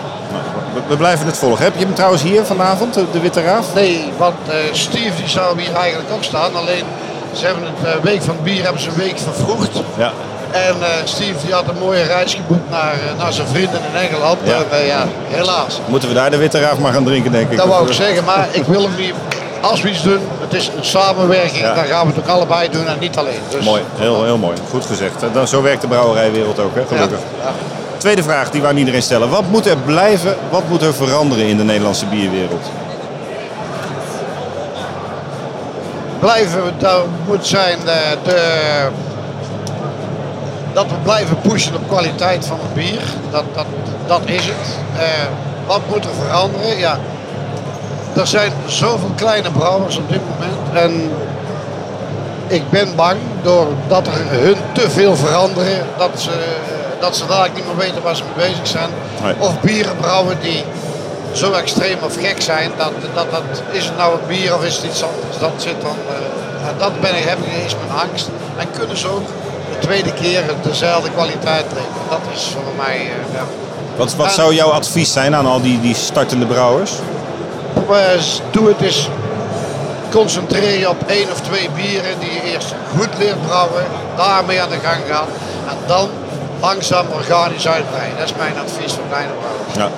We blijven het volgen. Heb je hem trouwens hier vanavond, de Witte Raaf? Nee, want Steve die zou hier eigenlijk ook staan. Alleen ze hebben het week van het bier hebben ze een week vervroegd. Ja. En Steve die had een mooie reis geboekt naar zijn vrienden in Engeland. En helaas. Moeten we daar de Witte Raaf maar gaan drinken, denk ik. Dat wou ik zeggen, maar ik wil hem niet als we iets doen. Het is een samenwerking, daar gaan we het ook allebei doen en niet alleen. Dus, mooi, heel mooi. Goed gezegd. Zo werkt de brouwerijwereld ook, hè? Gelukkig. Ja. Tweede vraag die we aan iedereen stellen. Wat moet er blijven, wat moet er veranderen in de Nederlandse bierwereld? Dat moet zijn dat we blijven pushen op kwaliteit van het bier. Dat is het. Wat moet er veranderen? Ja, er zijn zoveel kleine brouwers op dit moment. En ik ben bang doordat er hun te veel veranderen. Dat ze dadelijk niet meer weten waar ze mee bezig zijn. Nee. Of bieren brouwen die zo extreem of gek zijn. Is het nou een bier of is het iets anders? Dat zit dan. Heb ik eens mijn angst. En kunnen ze ook de tweede keer dezelfde kwaliteit leveren. Dat is voor mij. Wat zou jouw advies zijn aan al die startende brouwers? Doe het eens. Concentreer je op 1 of 2 bieren die je eerst goed leert brouwen. Daarmee aan de gang gaan. En dan langzaam organisch uitbreiden. Dat is mijn advies voor kleine brouwers.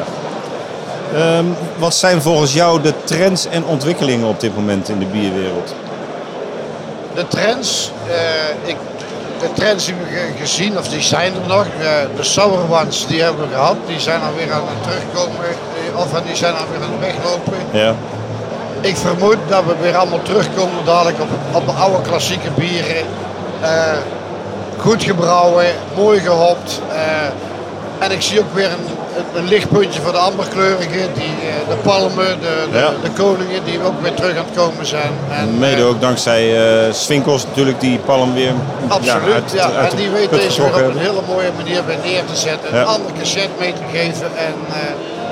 Wat zijn volgens jou de trends en ontwikkelingen op dit moment in de bierwereld? De trends, de trends die we gezien, of die zijn er nog. De sour ones die hebben we gehad, die zijn alweer aan het terugkomen, of die zijn alweer aan het weglopen. Ja. Ik vermoed dat we weer allemaal terugkomen dadelijk op de oude klassieke bieren. Goed gebrouwen, mooi gehopt. En ik zie ook weer een lichtpuntje voor de amberkleurigen, de palmen, de koningen die ook weer terug aan het komen zijn. En, mede ook dankzij Swinkels natuurlijk die palm weer absoluut, en die weet deze weer op een hele mooie manier weer neer te zetten, een ander cachet mee te geven. En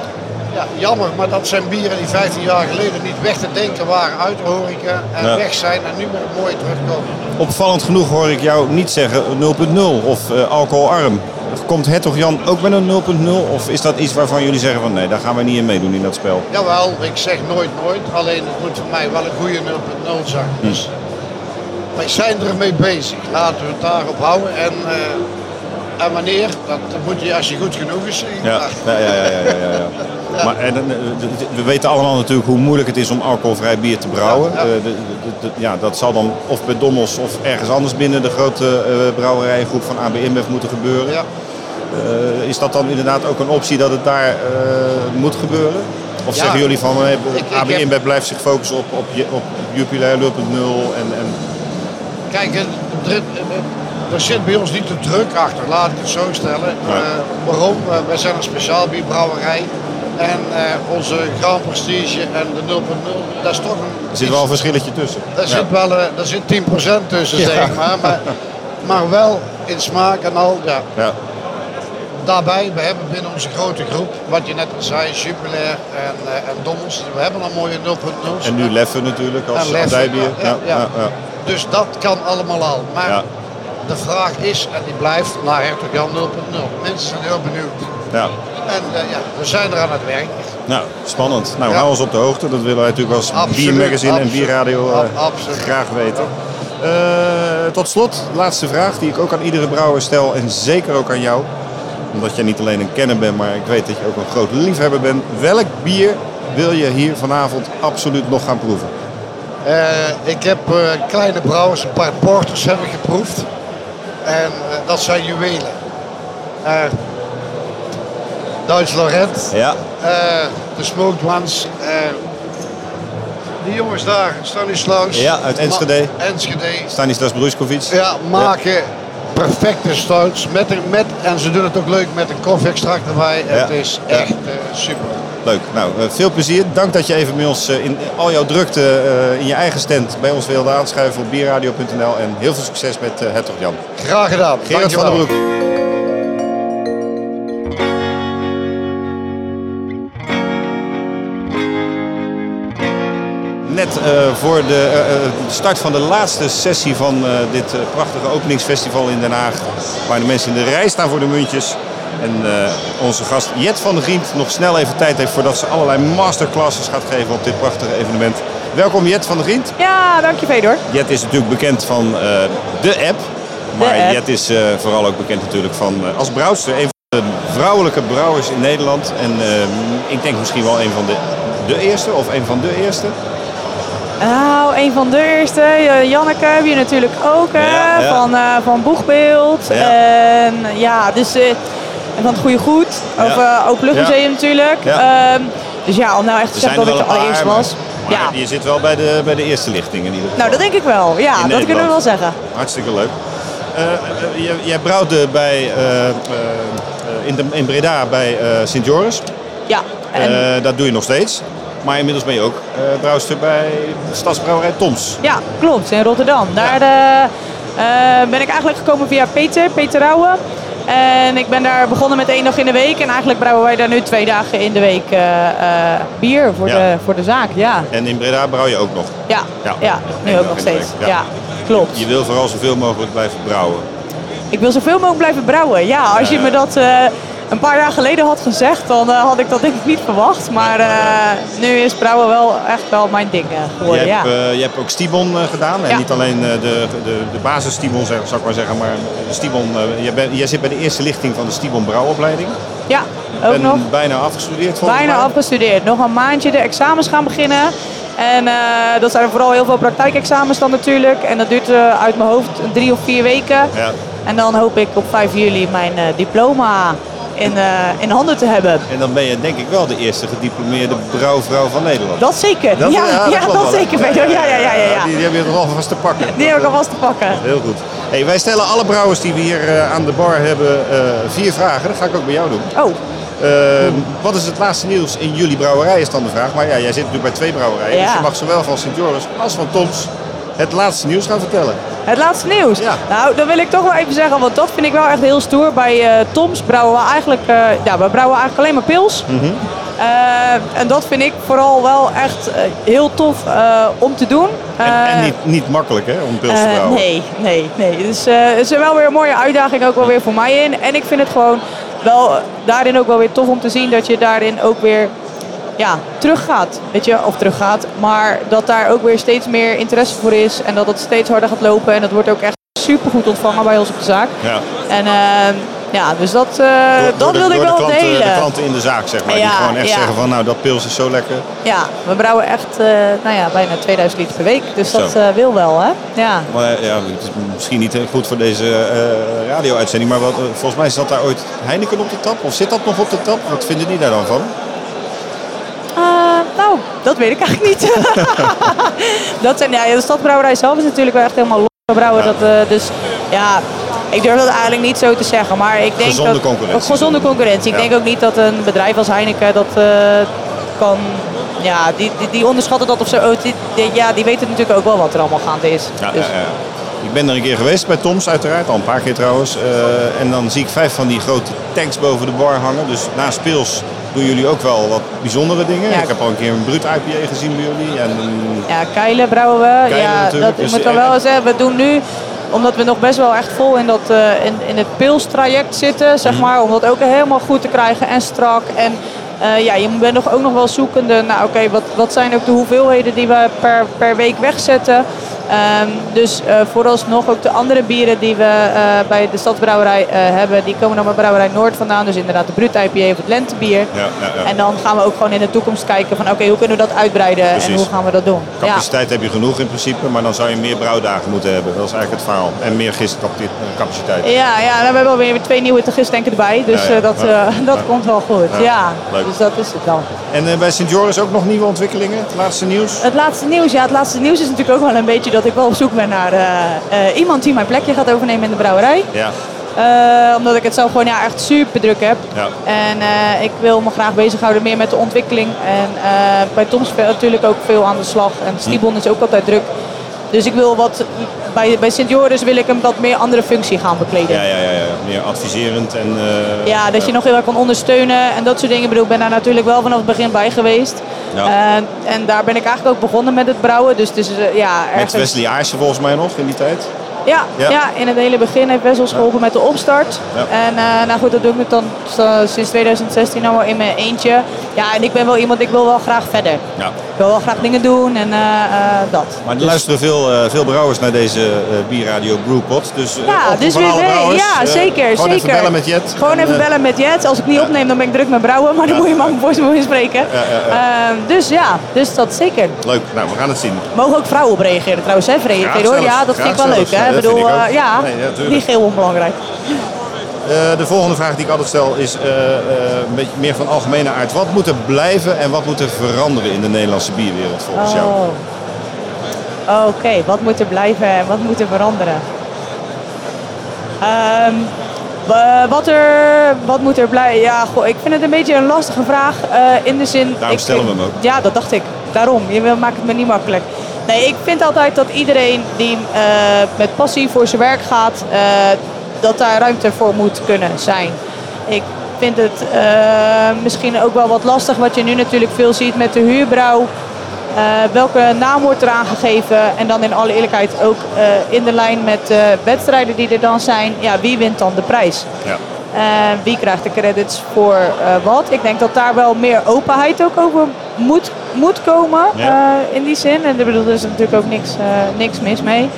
Ja, jammer, maar dat zijn bieren die 15 jaar geleden niet weg te denken waren uit de horeca en weg zijn en nu weer mooi terugkomen. Opvallend genoeg hoor ik jou niet zeggen 0.0 of alcoholarm. Komt Hertog Jan ook met een 0.0 of is dat iets waarvan jullie zeggen van nee, daar gaan we niet in meedoen in dat spel? Jawel, ik zeg nooit, alleen het moet voor mij wel een goede 0.0 zijn. Dus wij zijn ermee bezig, laten we het daarop houden en wanneer, dat moet je als je goed genoeg is. Ja. Maar we weten allemaal natuurlijk hoe moeilijk het is om alcoholvrij bier te brouwen. Dat zal dan of bij Dommels of ergens anders binnen de grote brouwerijengroep van AB InBev moeten gebeuren. Ja. Is dat dan inderdaad ook een optie dat het daar moet gebeuren? Of zeggen jullie van AB InBev blijft zich focussen op Jupiler 0.0 en... Kijk, er zit bij ons niet de druk achter, laat ik het zo stellen. Waarom? Wij zijn een speciaal bierbrouwerij. En onze Grand Prestige en de 0.0, dat is toch een... Er zit wel een verschilletje tussen. Daar zit 10% tussen, zeg maar wel in smaak en al. Ja. Daarbij, we hebben binnen onze grote groep, wat je net al zei, Jupiler en Dommels, we hebben al mooie 0.0's. En nu Leffe natuurlijk als abdijbier. Dus dat kan allemaal al. Maar de vraag is, en die blijft, naar Hertog Jan 0.0. Mensen zijn heel benieuwd. Ja. En we zijn er aan het werk. Nou, spannend. Nou, hou ons op de hoogte. Dat willen wij natuurlijk als biermagazine en bierradio graag weten. Tot slot, laatste vraag die ik ook aan iedere brouwer stel en zeker ook aan jou. Omdat jij niet alleen een kenner bent, maar ik weet dat je ook een groot liefhebber bent. Welk bier wil je hier vanavond absoluut nog gaan proeven? Ik heb kleine brouwers, een paar porters heb ik geproefd. En dat zijn juwelen. Duits Lorent, de Smoked Ones. Die jongens daar, Stanislaus. Ja, uit Enschede. Stanislas Bruskovic. Ja, maken perfecte stouts en ze doen het ook leuk met een koffie-extract erbij. Het is echt super. Leuk. Nou, veel plezier. Dank dat je even met ons in al jouw drukte in je eigen stand bij ons wilde aanschuiven op bierradio.nl. En heel veel succes met Hertog Jan. Graag gedaan. Gerard van der Broek. Net voor de start van de laatste sessie van dit prachtige openingsfestival in Den Haag. Waar de mensen in de rij staan voor de muntjes. En onze gast Jet van der Griend nog snel even tijd heeft voordat ze allerlei masterclasses gaat geven op dit prachtige evenement. Welkom Jet van der Griend. Ja, dank je Fedor. Jet is natuurlijk bekend van de app. Maar Jet is vooral ook bekend natuurlijk van als brouwster. Een van de vrouwelijke brouwers in Nederland. En ik denk misschien wel een van de eerste of een van de eerste. Nou, een van de eerste. Janneke heb je natuurlijk ook van Boegbeeld. Ja. En dus van het Goede Goed. Of Openluchtmuseum natuurlijk. Ja. Dus om nou echt te zeggen dat ik de allereerste was. Maar je zit wel bij de eerste lichting in ieder geval. Nou, dat denk ik wel. Ja, dat kunnen we wel zeggen. Hartstikke leuk. Jij brouwde in Breda bij Sint Joris. Ja. Dat doe je nog steeds. Maar inmiddels ben je ook brouwster bij Stadsbrouwerij Toms. Ja, klopt. In Rotterdam. Daar ben ik eigenlijk gekomen via Peter Rauwe. En ik ben daar begonnen met 1 dag in de week. En eigenlijk brouwen wij daar nu 2 dagen in de week bier voor de zaak. Ja. En in Breda brouw je ook nog? Ja, nu ook nog steeds. Ja, klopt. Je wil vooral zoveel mogelijk blijven brouwen? Ik wil zoveel mogelijk blijven brouwen. Ja, als je me dat een paar jaar geleden had gezegd, dan had ik dat denk ik niet verwacht. Maar nu is brouwen wel echt wel mijn ding geworden. Je hebt ook Stibon gedaan. En niet alleen de basis Stibon, zou ik maar zeggen. Maar Stibon, jij zit bij de eerste lichting van de Stibon brouwopleiding. Ja, ook nog. Bijna afgestudeerd Bijna afgestudeerd. Nog een maandje de examens gaan beginnen. En dat zijn er vooral heel veel praktijkexamens dan natuurlijk. En dat duurt uit mijn hoofd 3 of 4 weken. Ja. En dan hoop ik op 5 juli mijn diploma in handen te hebben. En dan ben je denk ik wel de eerste gediplomeerde brouwvrouw van Nederland. Dat zeker. Dat zeker. Ja. Die heb je toch alvast te pakken. Die heb ik alvast te pakken. Heel goed. Hey, wij stellen alle brouwers die we hier aan de bar hebben 4 vragen. Dat ga ik ook bij jou doen. Oh. Wat is het laatste nieuws in jullie brouwerij is dan de vraag. Maar jij zit natuurlijk bij 2 brouwerijen. Ja. Dus je mag zowel van Sint Joris als van Toms het laatste nieuws gaan vertellen. Het laatste nieuws? Ja. Nou, dan wil ik toch wel even zeggen, want dat vind ik wel echt heel stoer. Bij Toms brouwen we eigenlijk, we brouwen eigenlijk alleen maar pils. Mm-hmm. En dat vind ik vooral wel echt heel tof om te doen. En niet makkelijk hè, om pils te brouwen. Nee. Dus het is wel weer een mooie uitdaging ook wel weer voor mij in. En ik vind het gewoon wel daarin ook wel weer tof om te zien dat je daarin ook weer teruggaat. Weet je, of teruggaat. Maar dat daar ook weer steeds meer interesse voor is. En dat het steeds harder gaat lopen. En dat wordt ook echt super goed ontvangen bij ons op de zaak. Ja. En dus dat wilde ik wel delen. De klanten in de zaak, zeg maar. Die gewoon echt zeggen van, nou, dat pils is zo lekker. Ja, we brouwen echt bijna 2000 liter per week. Dus dat wil wel, hè. Ja. Maar het is misschien niet goed voor deze radio-uitzending. Maar volgens mij zat daar ooit Heineken op de tap. Of zit dat nog op de tap? Wat vinden die daar dan van? Dat weet ik eigenlijk niet. De stadsbrouwerij zelf is natuurlijk wel echt helemaal los brouwen. Ja. Dus ik durf dat eigenlijk niet zo te zeggen. Maar ik denk gezonde concurrentie. Ik denk ook niet dat een bedrijf als Heineken dat kan. Ja, die onderschatten dat of zo. Die weten natuurlijk ook wel wat er allemaal gaande is. Ja, dus. Ik ben er een keer geweest bij Toms, uiteraard. Al een paar keer trouwens. En dan zie ik 5 van die grote tanks boven de bar hangen. Dus naast pils doen jullie ook wel wat bijzondere dingen. Ja. Ik heb al een keer een Brut IPA gezien bij jullie. Keilen brouwen we. Dat dus moet dan wel zeggen. We doen nu, omdat we nog best wel echt vol in het pilstraject zitten, zeg maar. Om dat ook helemaal goed te krijgen en strak. En je bent ook nog wel zoekende. Nou oké, wat zijn ook de hoeveelheden die we per week wegzetten. Dus vooralsnog ook de andere bieren die we bij de stadsbrouwerij hebben, die komen dan bij Brouwerij Noord vandaan. Dus inderdaad de Brut IPA of het lentebier. Ja. En dan gaan we ook gewoon in de toekomst kijken van oké, hoe kunnen we dat uitbreiden. Precies. En hoe gaan we dat doen. Capaciteit heb je genoeg in principe, maar dan zou je meer brouwdagen moeten hebben. Dat is eigenlijk het verhaal. En meer gistcapaciteit. Ja, we hebben wel weer 2 nieuwe gistanken erbij. Dus dat komt wel goed. Ja. Leuk. Dus dat is het dan. En bij Sint Joris ook nog nieuwe ontwikkelingen? Het laatste nieuws? Het laatste nieuws is natuurlijk ook wel een beetje dat ik wel op zoek ben naar iemand die mijn plekje gaat overnemen in de brouwerij. Ja. Omdat ik het zelf gewoon echt super druk heb. Ja. En ik wil me graag bezighouden meer met de ontwikkeling. En bij Toms natuurlijk ook veel aan de slag. En Stiebon is ook altijd druk. Dus ik wil bij Sint Joris wil ik een wat meer andere functie gaan bekleden. Ja. Meer adviserend. En, dat je nog heel erg kan ondersteunen en dat soort dingen. Ik ben daar natuurlijk wel vanaf het begin bij geweest. Ja. En daar ben ik eigenlijk ook begonnen met het brouwen. Dus het is, met Wesley Aartsen volgens mij nog in die tijd? Ja, in het hele begin heeft Wessels geholpen met de opstart. Ja. En dat doe ik dan sinds 2016 al in mijn eentje. Ja, en ik ben wel iemand, ik wil wel graag verder. Ja. Ik wil wel graag dingen doen en dat. Maar er luisteren veel brouwers naar deze bierradio Brewpot. Dus dus van alle brouwers. Ja, zeker. Gewoon even bellen met Jet. Even bellen met Jet. Als ik niet opneem, dan ben ik druk met brouwen. Maar dan moet je maar voor me inspreken. Dus dat zeker. Leuk, nou we gaan het zien. Mogen ook vrouwen op reageren trouwens, hè Fedor? Ja, dat vind ik wel leuk. Hè? Ik bedoel, niet geheel onbelangrijk. De volgende vraag die ik altijd stel is een beetje meer van algemene aard. Wat moet er blijven en wat moet er veranderen in de Nederlandse bierwereld volgens jou? Oké, wat moet er blijven en wat moet er veranderen? Wat moet er blijven? Ja, ik vind het een beetje een lastige vraag in de zin... Daarom stellen we hem ook. Ja, dat dacht ik. Daarom. Je maakt het me niet makkelijk. Nee, ik vind altijd dat iedereen die met passie voor zijn werk gaat, dat daar ruimte voor moet kunnen zijn. Ik vind het misschien ook wel wat lastig wat je nu natuurlijk veel ziet met de huurbrouw. Welke naam wordt eraan gegeven en dan in alle eerlijkheid ook in de lijn met wedstrijden die er dan zijn. Ja, wie wint dan de prijs? Ja. Wie krijgt de credits voor wat? Ik denk dat daar wel meer openheid ook over moet komen in die zin. En er is natuurlijk ook niks mis mee.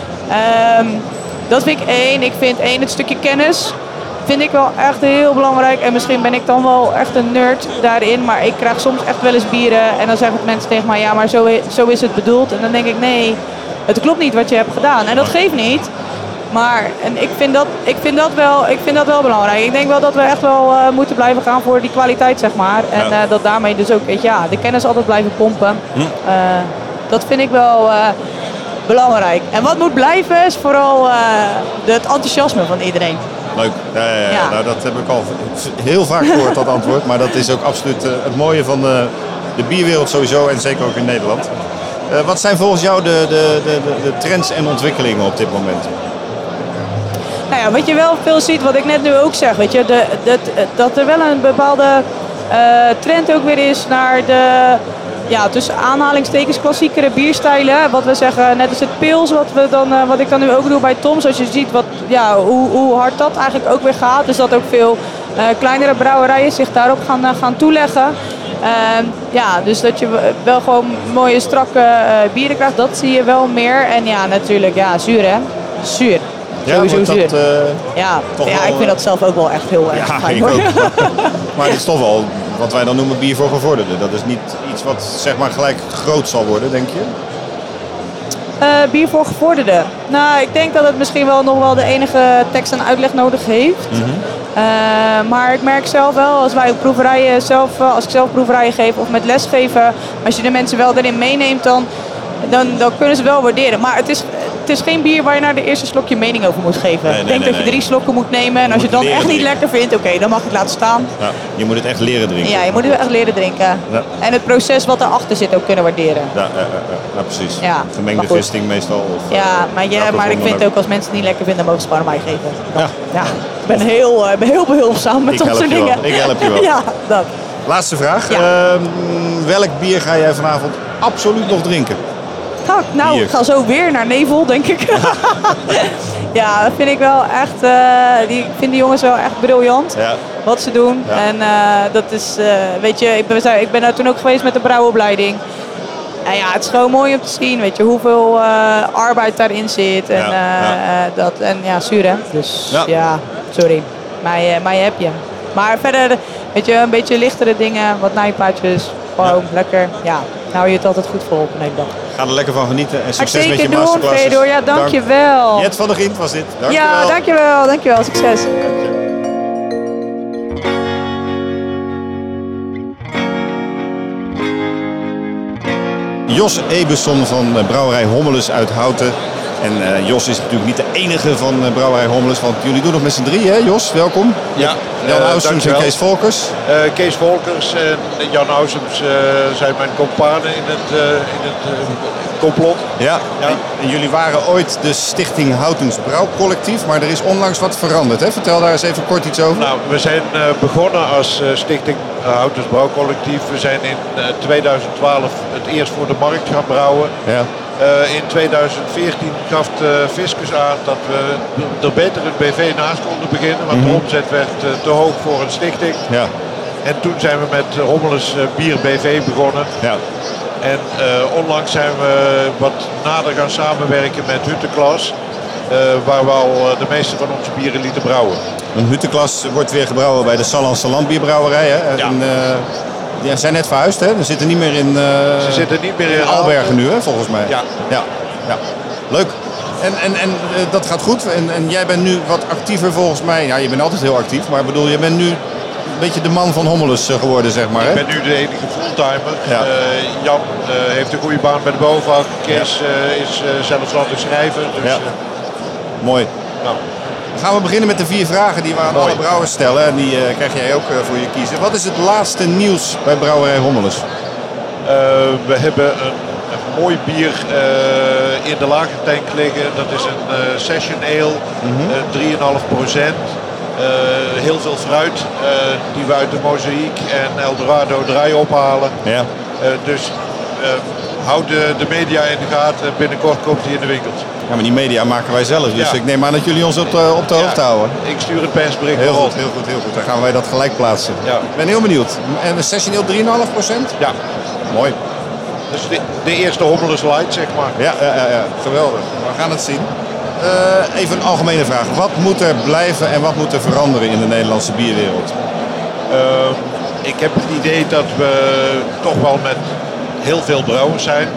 Dat vind ik 1. Ik vind 1 het stukje kennis. Vind ik wel echt heel belangrijk. En misschien ben ik dan wel echt een nerd daarin. Maar ik krijg soms echt wel eens bieren. En dan zeggen mensen tegen mij, ja maar zo is het bedoeld. En dan denk ik, nee, het klopt niet wat je hebt gedaan. En dat geeft niet. Maar ik vind dat wel belangrijk. Ik denk wel dat we echt wel moeten blijven gaan voor die kwaliteit, zeg maar. En dat daarmee dus ook, de kennis altijd blijven pompen. Dat vind ik wel belangrijk. En wat moet blijven is vooral het enthousiasme van iedereen. Leuk. Ja. Nou, dat heb ik al heel vaak gehoord, dat antwoord. Maar dat is ook absoluut het mooie van de bierwereld sowieso en zeker ook in Nederland. Wat zijn volgens jou de trends en ontwikkelingen op dit moment? Nou ja, wat je wel veel ziet, wat ik net nu ook zeg, weet je, dat er wel een bepaalde trend ook weer is naar de, tussen aanhalingstekens klassiekere bierstijlen. Wat we zeggen, net als het pils, wat ik dan nu ook doe bij Tom. Zoals je ziet hoe hard dat eigenlijk ook weer gaat. Dus dat ook veel kleinere brouwerijen zich daarop gaan toeleggen. Dus dat je wel gewoon mooie strakke bieren krijgt, dat zie je wel meer. En natuurlijk, zuur hè. Zuur. Sowieso zuur. Ik vind dat zelf ook wel echt heel erg fijn. Ik ook. Maar het is toch wel wat wij dan noemen bier voor gevorderden. Dat is niet iets wat zeg maar gelijk groot zal worden, denk je? Bier voor gevorderden. Nou, ik denk dat het misschien wel nog wel de enige tekst en uitleg nodig heeft. Maar ik merk zelf wel, als wij op proeverijen als ik zelf proeverijen geef of met lesgeven, als je de mensen wel erin meeneemt, dan kunnen ze wel waarderen. Maar het is geen bier waar je naar de eerste slok je mening over moet geven. Ik denk dat je 3 slokken moet nemen en als je het dan echt niet lekker vindt, dan mag je het laten staan. Ja, je moet het echt leren drinken. Ja, je moet het echt leren drinken. Ja. En het proces wat erachter zit ook kunnen waarderen. Ja, precies. Ja, gemengde visting meestal. Of, maar ik vind ook als mensen het niet lekker vinden, mogen ze gewoon aan mij geven. Ik ben heel behulpzaam met dat soort dingen. Ik help je wel. Ja, dat. Laatste vraag. Ja. Welk bier ga jij vanavond absoluut nog drinken? Ik ga zo weer naar Nevel, denk ik. Ja, dat vind ik wel echt... ik vind die jongens wel echt briljant, wat ze doen. Ja. En dat is, weet je, ik ben daar toen ook geweest met de brouwopleiding. En het is gewoon mooi om te zien, weet je, hoeveel arbeid daarin zit. En dat, en zuur hè. Dus sorry. Mij heb je. Maar verder, weet je, een beetje lichtere dingen, wat nijpaadjes. Gewoon lekker, hou je het altijd goed vol op een hele dag. Ga er lekker van genieten en succes met je masterclasses. Fedor, dankjewel. Jet van der Gint was dit. Dankjewel. Ja, dankjewel. Succes. Jos Ebeson van Brouwerij Hommelus uit Houten. En Jos is natuurlijk niet de enige van Brouwerij Hommelus, want jullie doen nog met z'n 3, hè Jos? Welkom. Ja, Jan Ausums en Kees Volkers. Kees Volkers en Jan Ausums zijn mijn companen in het complot. Ja. En jullie waren ooit de Stichting Houtens Brouwcollectief, maar er is onlangs wat veranderd, hè? Vertel daar eens even kort iets over. Nou, we zijn begonnen als Stichting Houtens Brouwcollectief. We zijn in 2012 het eerst voor de markt gaan brouwen. Ja. In 2014 gaf de fiscus aan dat we er beter een BV naast konden beginnen, want de omzet werd te hoog voor een stichting. Ja. En toen zijn we met Hommelus Bier BV begonnen. Ja. En onlangs zijn we wat nader gaan samenwerken met Hutteklas, waar we al de meeste van onze bieren lieten brouwen. Een Hutteklas wordt weer gebrouwen bij de Sallandse Landbierbrouwerij. Hè? Ja. Die zijn net verhuisd, hè? Ze zitten niet meer in, Ze zitten niet meer in Albergen nu, hè, volgens mij. Ja. Leuk. En dat gaat goed. En jij bent nu wat actiever volgens mij. Ja, je bent altijd heel actief. Maar ik bedoel, je bent nu een beetje de man van Hommelus geworden, zeg maar. Hè? Ik ben nu de enige fulltimer. Ja. Jan heeft een goede baan bij de BOVAG. Kees is zelfstandig schrijver. Dus, mooi. Nou. Dan gaan we beginnen met de 4 vragen die we aan alle brouwers stellen. En die krijg jij ook voor je kiezen. Wat is het laatste nieuws bij Brouwerij Hommelus? We hebben een mooi bier in de lagertank liggen. Dat is een Session Ale, 3,5%. Heel veel fruit die we uit de Mozaïek en Eldorado draai ophalen. Ja. Dus houd de media in de gaten. Binnenkort komt hij in de winkels. Ja, maar die media maken wij zelf. Dus ik neem aan dat jullie ons op de hoogte houden. Ik stuur het persbericht. Heel goed. Dan gaan wij dat gelijk plaatsen. Ja. Ik ben heel benieuwd. En een Session Ale 3,5%? Ja. Mooi. Dus de eerste Hommelus Light, zeg maar. Ja. Geweldig. We gaan het zien. Even een algemene vraag. Wat moet er blijven en wat moet er veranderen in de Nederlandse bierwereld? Ik heb het idee dat we toch wel met heel veel brouwers zijn.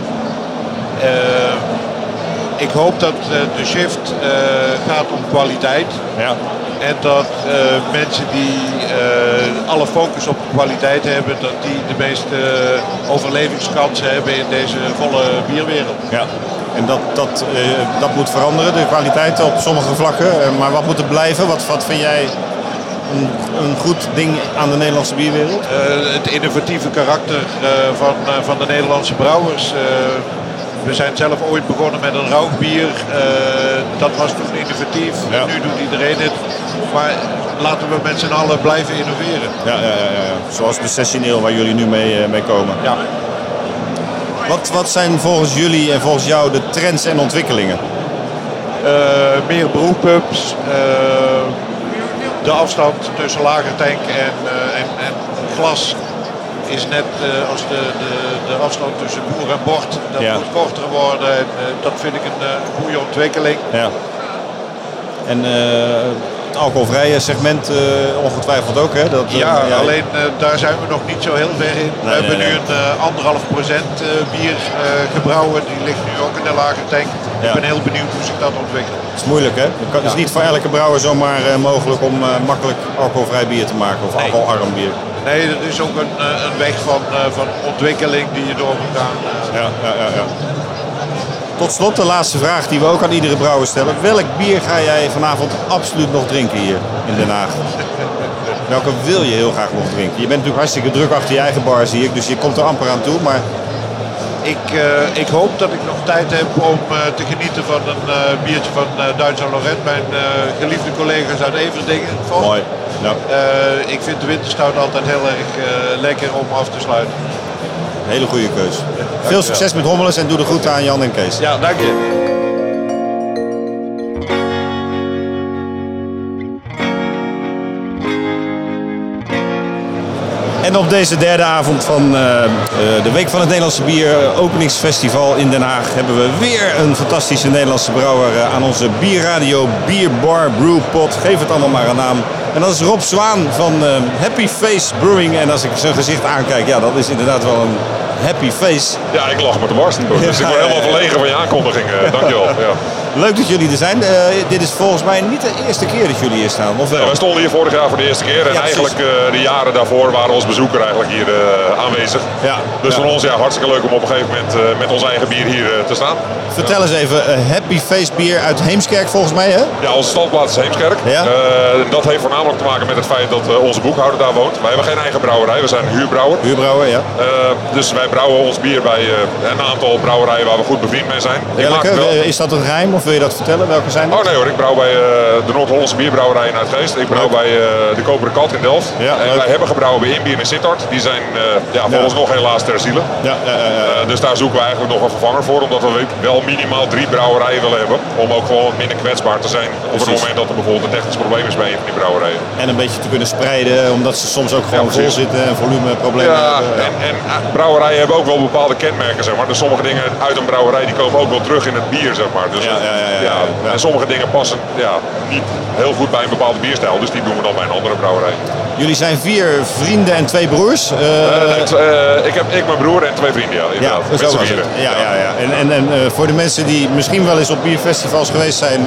Ik hoop dat de shift gaat om kwaliteit. Ja. En dat mensen die alle focus op kwaliteit hebben, dat die de meeste overlevingskansen hebben in deze volle bierwereld. Ja. En dat moet veranderen, de kwaliteit op sommige vlakken. Maar wat moet er blijven? Wat vind jij een goed ding aan de Nederlandse bierwereld? Het innovatieve karakter van de Nederlandse brouwers. We zijn zelf ooit begonnen met een rauwbier. Dat was toen innovatief. Ja. Nu doet iedereen het. Maar laten we met z'n allen blijven innoveren. Ja. Zoals de Sessioneel waar jullie nu mee komen. Ja. Wat zijn volgens jullie en volgens jou de trends en ontwikkelingen? Meer brewpubs. De afstand tussen lagertank en glas is net als de afstand tussen boer en bord. Dat moet korter worden en dat vind ik een goede ontwikkeling. Ja. En het alcoholvrije segment ongetwijfeld ook, hè? Alleen daar zijn we nog niet zo heel ver in. We hebben nu een 1,5% bier gebrouwen. Die ligt nu ook in de lagertank. Ik ben heel benieuwd hoe zich dat ontwikkelt. Het is moeilijk, hè? Het is niet voor elke brouwer zomaar mogelijk om makkelijk alcoholvrij bier te maken of alcoholarm bier. Nee, dat is ook een weg van ontwikkeling die je door moet gaan. Ja. Tot slot de laatste vraag die we ook aan iedere brouwer stellen. Welk bier ga jij vanavond absoluut nog drinken hier in Den Haag? Welke wil je heel graag nog drinken? Je bent natuurlijk hartstikke druk achter je eigen bar, zie ik. Dus je komt er amper aan toe, maar... Ik hoop dat ik nog tijd heb om te genieten van een biertje van Duin Saint Laurent. Mijn geliefde collega's uit Everdingen. Mooi. Ja. Ik vind de winterstout altijd heel erg lekker om af te sluiten. Hele goede keus. Veel succes met Hommeles en doe de groeten aan Jan en Kees. Ja, dank je. En op deze derde avond van de Week van het Nederlandse Bier openingsfestival in Den Haag hebben we weer een fantastische Nederlandse brouwer aan onze bierradio Bierbar Brewpot. Geef het allemaal maar een naam. En dat is Rob Zwaan van Happy Face Brewing. En als ik zijn gezicht aankijk, ja, dat is inderdaad wel een happy face. Ja, ik lach met de barsten. Dus ik word helemaal verlegen van je aankondiging. Dankjewel. Ja. Leuk dat jullie er zijn. Dit is volgens mij niet de eerste keer dat jullie hier staan, of wel? Nee, wij stonden hier vorig jaar voor de eerste keer. En eigenlijk de jaren daarvoor waren we als bezoeker eigenlijk hier aanwezig. Ja. Dus voor ons hartstikke leuk om op een gegeven moment met ons eigen bier hier te staan. Vertel eens even, Happy Face bier uit Heemskerk volgens mij, hè? Ja, onze standplaats is Heemskerk. Ja? Dat heeft voornamelijk te maken met het feit dat onze boekhouder daar woont. Wij hebben geen eigen brouwerij, we zijn een huurbrouwer. Huurbrouwer, ja. Dus wij brouwen ons bier bij een aantal brouwerijen waar we goed bevriend mee zijn. Is dat een geheim of wil je dat vertellen? Welke zijn dat? Oh nee hoor, ik brouw bij de Noord-Hollandse bierbrouwerij in Uitgeest. Ik brouw bij de Koperen Kat in Delft. Ja, en wij hebben gebrouwen bij Inbier in Sittard. Die zijn vooralsnog helaas ter ziele. Dus daar zoeken we eigenlijk nog een vervanger voor. Omdat we wel minimaal 3 brouwerijen willen hebben. Om ook gewoon minder kwetsbaar te zijn op het moment dat er bijvoorbeeld een technisch probleem is bij een van die brouwerijen. En een beetje te kunnen spreiden, omdat ze soms ook gewoon vol zitten en volumeproblemen hebben. En brouwerijen hebben ook wel bepaalde kenmerken, zeg maar. Dus sommige dingen uit een brouwerij die komen ook wel terug in het bier, zeg maar. Dus, en sommige dingen passen niet heel goed bij een bepaalde bierstijl. Dus die doen we dan bij een andere brouwerij. Jullie zijn 4 vrienden en 2 broers? Ik, mijn broer en 2 vrienden, ja. Inderdaad. Ja, zo was het. Ja. En voor de mensen die misschien wel eens op bierfestivals geweest zijn...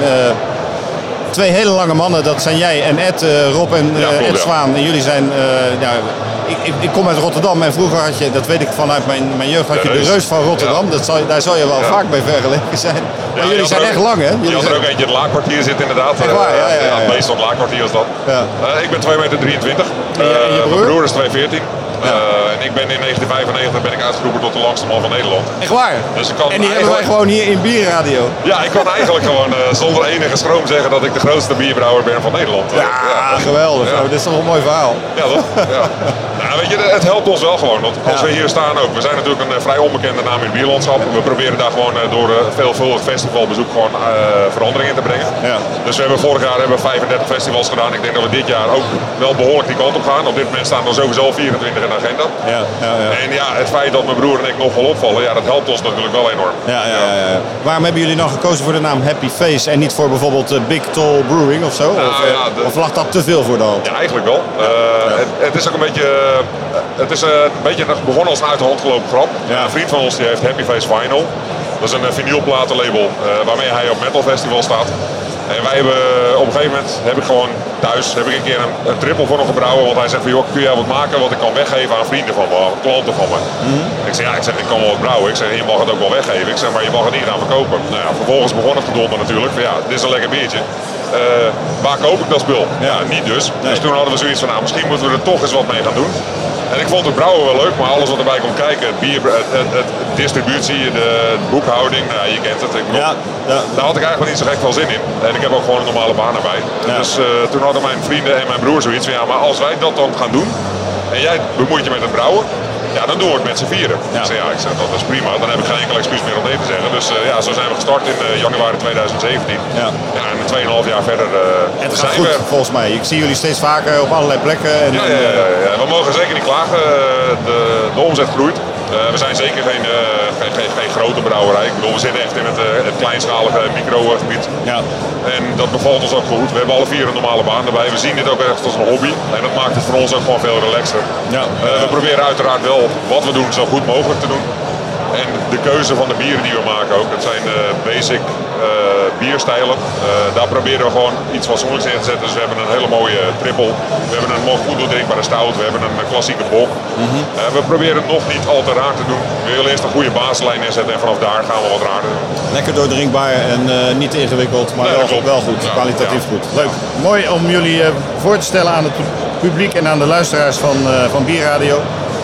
2 hele lange mannen, dat zijn jij en Ed, Rob en Ed Zwaan. En jullie zijn... Ik kom uit Rotterdam en vroeger had je, dat weet ik vanuit mijn jeugd, had je de Reus van Rotterdam. Ja. Daar zal je wel vaak bij vergeleken zijn. Maar jullie zijn echt lang, hè? Je had er ook eentje in het Laakkwartier zit inderdaad. Echt waar, het meest van het Laakkwartier was dat. Ja. Ik ben 2,23 meter. Mijn broer is 2,14. En ik ben in 1995 ben ik uitgeroepen tot de langste man van Nederland. Echt waar? Dus en die hebben wij gewoon hier in Bierradio. Ja, ik kan eigenlijk gewoon zonder enige schroom zeggen dat ik de grootste bierbrouwer ben van Nederland. Ja, geweldig. Ja. Dit is toch een mooi verhaal. Ja, toch? Ja. Nou, weet je, het helpt ons wel gewoon. Want als we hier staan ook, we zijn natuurlijk een vrij onbekende naam in het bierlandschap. We proberen daar gewoon door veelvuldig festivalbezoek gewoon verandering in te brengen. Ja. Dus we hebben vorig jaar 35 festivals gedaan. Ik denk dat we dit jaar ook wel behoorlijk die kant op gaan. Op dit moment staan er sowieso 24 in de agenda. Ja. En het feit dat mijn broer en ik nog wel opvallen, dat helpt ons natuurlijk wel enorm. Ja. Waarom hebben jullie dan gekozen voor de naam Happy Face en niet voor bijvoorbeeld Big Tall Brewing of zo? Of lag dat te veel voor de hand? Ja, eigenlijk wel. Het is ook een beetje begonnen als een uit de hand gelopen grap. Ja. Een vriend van ons die heeft Happy Face Vinyl. Dat is een vinylplatenlabel waarmee hij op metal festival staat. En wij hebben op een gegeven moment thuis een keer een trippel voor hem gebrouwen. Want hij zegt van joh, kun jij wat maken wat ik kan weggeven aan vrienden van me, aan klanten van me. Ik zeg, ik kan wel wat brouwen. Ik zeg, je mag het ook wel weggeven. Ik zeg, maar je mag het niet gaan verkopen. Nou ja, vervolgens begon het gedonder natuurlijk. Van, dit is een lekker biertje. Waar koop ik dat spul? Ja, niet dus. Nee. Dus toen hadden we zoiets van, misschien moeten we er toch eens wat mee gaan doen. En ik vond het brouwen wel leuk, maar alles wat erbij komt kijken, het bier, het distributie, de boekhouding, nou, je kent het. Ik bedoel, daar had ik eigenlijk niet zo gek veel zin in. En ik heb ook gewoon een normale baan erbij. Ja. Dus toen hadden mijn vrienden en mijn broer zoiets van, ja, maar als wij dat dan gaan doen en jij bemoeit je met het brouwen, ja, dan doen we het met z'n vieren. Ja. Ik zeg, dat is prima, dan heb ik geen enkel excuus meer om nee te zeggen. Dus zo zijn we gestart in januari 2017. Ja. En 2,5 jaar verder het gaat goed, volgens mij. Ik zie jullie steeds vaker op allerlei plekken. En we mogen zeker niet klagen. De omzet groeit. We zijn zeker geen grote brouwerij. Ik bedoel, we zitten echt in het kleinschalige microgebied. Ja. En dat bevalt ons ook goed. We hebben alle 4 een normale baan erbij. We zien dit ook echt als een hobby. En dat maakt het voor ons ook gewoon veel relaxter. Ja. We proberen uiteraard wel wat we doen zo goed mogelijk te doen. En de keuze van de bieren die we maken ook. Dat zijn basic bierstijlen. Daar proberen we gewoon iets fatsoenlijks in te zetten. Dus we hebben een hele mooie triple. We hebben een goed doordrinkbare stout. We hebben een klassieke bok. We proberen het nog niet al te raar te doen. We willen eerst een goede basislijn neerzetten en vanaf daar gaan we wat raar doen. Lekker doordrinkbaar en niet te ingewikkeld, maar wel goed. Ja, kwalitatief goed. Leuk. Mooi om jullie voor te stellen aan het publiek en aan de luisteraars van Bierradio.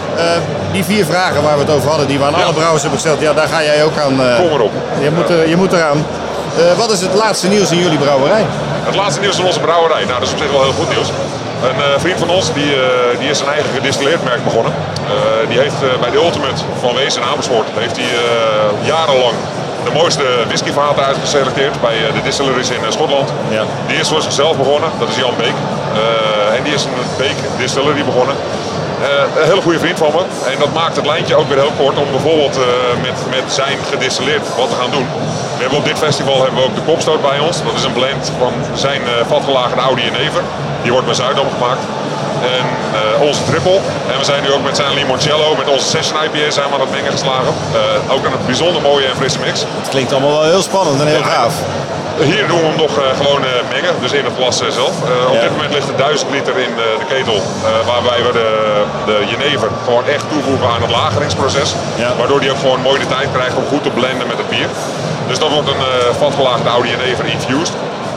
Die 4 vragen waar we het over hadden, die we aan alle brouwers hebben gesteld, ja, daar ga jij ook aan. Kom erop. Je moet eraan. Wat is het laatste nieuws in jullie brouwerij? Het laatste nieuws in onze brouwerij? Nou, dat is op zich wel heel goed nieuws. Een vriend van ons die is zijn eigen gedistilleerd merk begonnen. Die heeft bij de Ultimate van Wees in Amersfoort heeft hij jarenlang de mooiste whiskyvaten uitgeselecteerd bij de distilleries in Schotland. Ja. Die is voor zichzelf begonnen, dat is Jan Beek. En die is een Beek Distillery begonnen. Een hele goede vriend van me. En dat maakt het lijntje ook weer heel kort om bijvoorbeeld met zijn gedistilleerd wat te gaan doen. We hebben op dit festival hebben we ook de Kopstoot bij ons. Dat is een blend van zijn vatgelagerde Oudie en Jenever. Die wordt met Zuidam gemaakt. En onze triple. En we zijn nu ook met zijn limoncello, met onze Session IPA zijn we aan het mengen geslagen. Ook een bijzonder mooie en frisse mix. Het klinkt allemaal wel heel spannend en heel gaaf. Hier doen we hem nog gewoon mengen, dus in het glas zelf. Op dit moment ligt er 1000 liter in de ketel, waarbij we de jenever gewoon echt toevoegen aan het lageringsproces. Ja. Waardoor die ook gewoon mooi de tijd krijgt om goed te blenden met het bier. Dus dat wordt een vatgelaagde Oudie Jenever infused.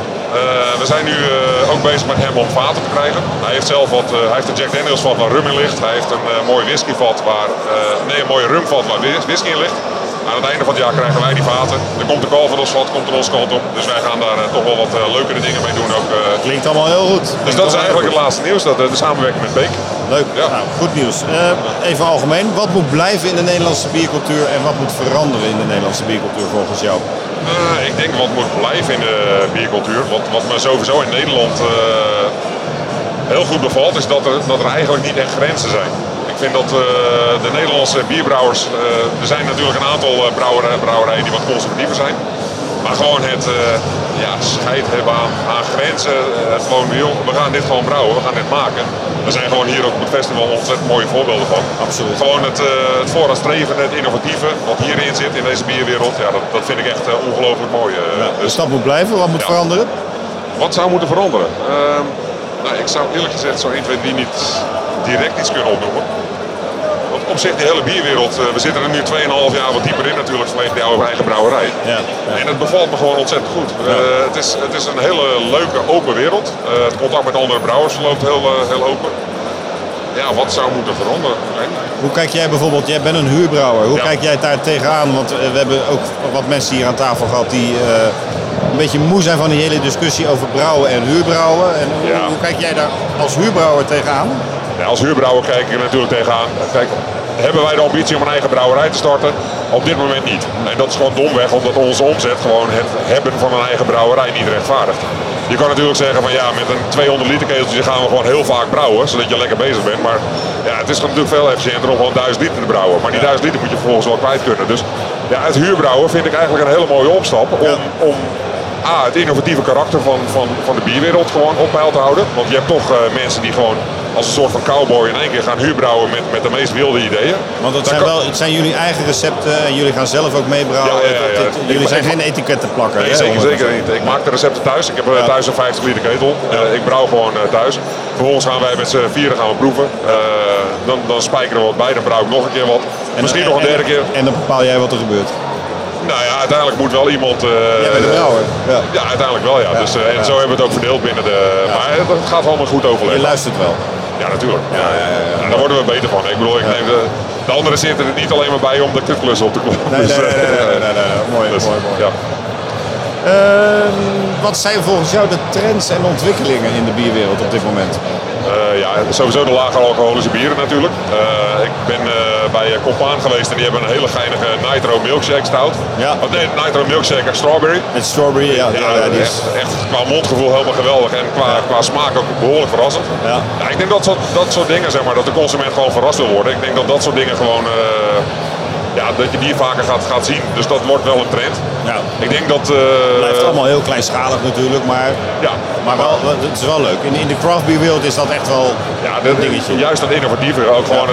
We zijn nu ook bezig met hem om vaten te krijgen. Hij heeft zelf hij heeft een Jack Daniels vat waar rum in ligt. Hij heeft een mooi whiskyvat een mooie rumvat waar whisky in ligt. Aan het einde van het jaar krijgen wij die vaten. Er komt de Calvados-vat, komt er ons kant op. Dus wij gaan daar toch wel wat leukere dingen mee doen. Ook, klinkt allemaal heel goed. Dus dat is eigenlijk het laatste nieuws, de samenwerking met Beek. Leuk, ja. Nou, goed nieuws. Even algemeen, wat moet blijven in de Nederlandse biercultuur en wat moet veranderen in de Nederlandse biercultuur volgens jou? Ik denk wat moet blijven in de biercultuur, wat me sowieso in Nederland heel goed bevalt, is dat er eigenlijk niet echt grenzen zijn. Ik vind dat de Nederlandse bierbrouwers, er zijn natuurlijk een aantal brouwerijen die wat conservatiever zijn. Maar gewoon het scheid hebben aan grenzen. We gaan dit gewoon brouwen, we gaan dit maken. Er zijn gewoon hier ook op het festival ontzettend mooie voorbeelden van. Absoluut. Gewoon het vooruitstreven, het innovatieve, wat hierin zit in deze bierwereld. Ja, dat vind ik echt ongelooflijk mooi. Dus dat moet blijven, wat moet veranderen? Wat zou moeten veranderen? Ik zou eerlijk gezegd zo 1, 2, 3 niet direct iets kunnen opnoemen. Want op zich die hele bierwereld, we zitten er nu 2,5 jaar wat dieper in natuurlijk vanwege die oude eigen brouwerij. Ja. En het bevalt me gewoon ontzettend goed. Het is een hele leuke open wereld. Het contact met andere brouwers verloopt heel open. Ja, wat zou moeten veranderen? Hoe kijk jij bijvoorbeeld, jij bent een huurbrouwer, hoe kijk jij daar tegenaan? Want we hebben ook wat mensen hier aan tafel gehad die een beetje moe zijn van die hele discussie over brouwen en huurbrouwen. En hoe kijk jij daar als huurbrouwer tegenaan? Ja, als huurbrouwer kijk ik er natuurlijk tegenaan. Kijk, hebben wij de ambitie om een eigen brouwerij te starten? Op dit moment niet. En dat is gewoon domweg, omdat onze omzet gewoon het hebben van een eigen brouwerij niet rechtvaardigt. Je kan natuurlijk zeggen van ja, met een 200 liter keteltje gaan we gewoon heel vaak brouwen, zodat je lekker bezig bent. Maar ja, het is natuurlijk veel efficiënter om gewoon 1000 liter te brouwen. Maar die 1000 liter moet je vervolgens wel kwijt kunnen. Dus ja, het huurbrouwen vind ik eigenlijk een hele mooie opstap om het innovatieve karakter van de bierwereld gewoon op peil te houden. Want je hebt toch mensen die gewoon als een soort van cowboy in één keer gaan huurbrouwen met de meest wilde ideeën. Want het zijn jullie eigen recepten en jullie gaan zelf ook meebrouwen. Jullie zijn geen etiketten-plakker. Nee, zeker niet. Ik maak de recepten thuis. Ik heb thuis een 50 liter ketel. Ik brouw gewoon thuis. Vervolgens gaan wij met z'n vieren proeven. Dan spijkeren we wat bij, dan brouw ik nog een keer wat. Misschien nog een derde keer. En dan bepaal jij wat er gebeurt. Nou ja, uiteindelijk moet wel iemand... Jij bent de brouwer. Ja, uiteindelijk wel ja. Dus, en zo hebben we het ook verdeeld binnen de... Maar het gaat allemaal goed overlegd. Je luistert wel. Ja, natuurlijk. Ja, daar worden we beter van. Ik bedoel, ik neem de anderen zitten er niet alleen maar bij om de kutklus op te komen. Nee. Mooi. Ja. Wat zijn volgens jou de trends en ontwikkelingen in de bierwereld op dit moment? Sowieso de lager alcoholische bieren natuurlijk. Ik ben bij Compaan geweest en die hebben een hele geinige Nitro Milkshake stout. Ja. Nitro Milkshake en Strawberry. Met Strawberry, die is... echt qua mondgevoel helemaal geweldig en qua smaak ook behoorlijk verrassend. Ja. Ja, ik denk dat soort dingen, zeg maar, dat de consument gewoon verrast wil worden. Ik denk dat soort dingen gewoon... dat je die vaker gaat zien. Dus dat wordt wel een trend. Ja. Ik denk dat... Het blijft allemaal heel kleinschalig natuurlijk, maar wel, het is wel leuk. In de craft beer wereld is dat echt wel een dingetje. Juist dat innovatieve, ook gewoon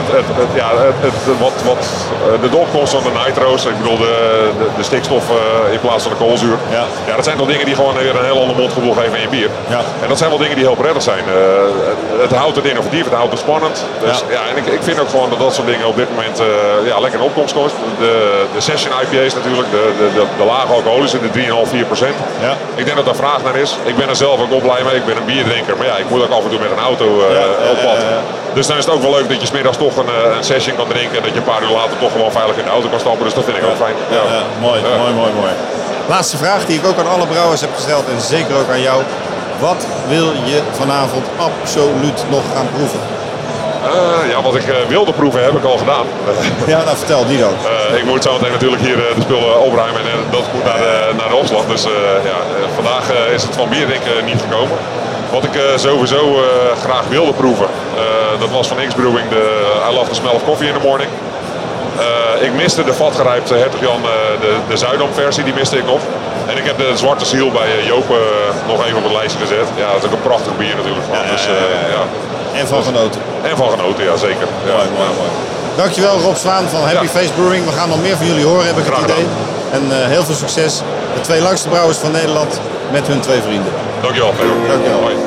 de opkomst van de nitro's. Ik bedoel de stikstof in plaats van de koolzuur. Ja, dat zijn toch dingen die gewoon weer een heel ander mondgevoel geven in je bier. Ja. En dat zijn wel dingen die heel prettig zijn. Het houdt het innovatief, het houdt het spannend. Dus, en ik vind ook gewoon dat soort dingen op dit moment lekker in opkomst komen. De session IPA's natuurlijk, de lage alcoholische, de 3,5-4%. Ja. Ik denk dat daar vraag naar is. Ik ben er zelf ook blij mee. Ik ben een bierdrinker, maar ik moet ook af en toe met een auto op pad. Dus dan is het ook wel leuk dat je 's middags toch een session kan drinken en dat je een paar uur later toch gewoon veilig in de auto kan stappen. Dus dat vind ik ook fijn. Mooi. Laatste vraag die ik ook aan alle brouwers heb gesteld en zeker ook aan jou. Wat wil je vanavond absoluut nog gaan proeven? Wat ik wilde proeven heb ik al gedaan. Vertel die dan. Ik moet zo meteen natuurlijk hier de spullen opruimen en dat moet naar de opslag. Dus vandaag is het van bierdrinken niet gekomen. Wat ik sowieso graag wilde proeven, dat was van X-Brewing de I Love the Smell of Coffee in the Morning. Ik miste de vatgerijpte Hertog Jan, de Zuidam versie, die miste ik nog. En ik heb de Zwarte Ziel bij Joop nog even op het lijstje gezet. Ja, dat is ook een prachtig bier natuurlijk. En van genoten. En van genoten, ja zeker. Mooi. Dankjewel Rob Zwaan van Happy Face Brewing. We gaan nog meer van jullie horen, heb ik het idee. En heel veel succes. De 2 langste brouwers van Nederland met hun 2 vrienden. Dankjewel. Dankjewel. Hoi.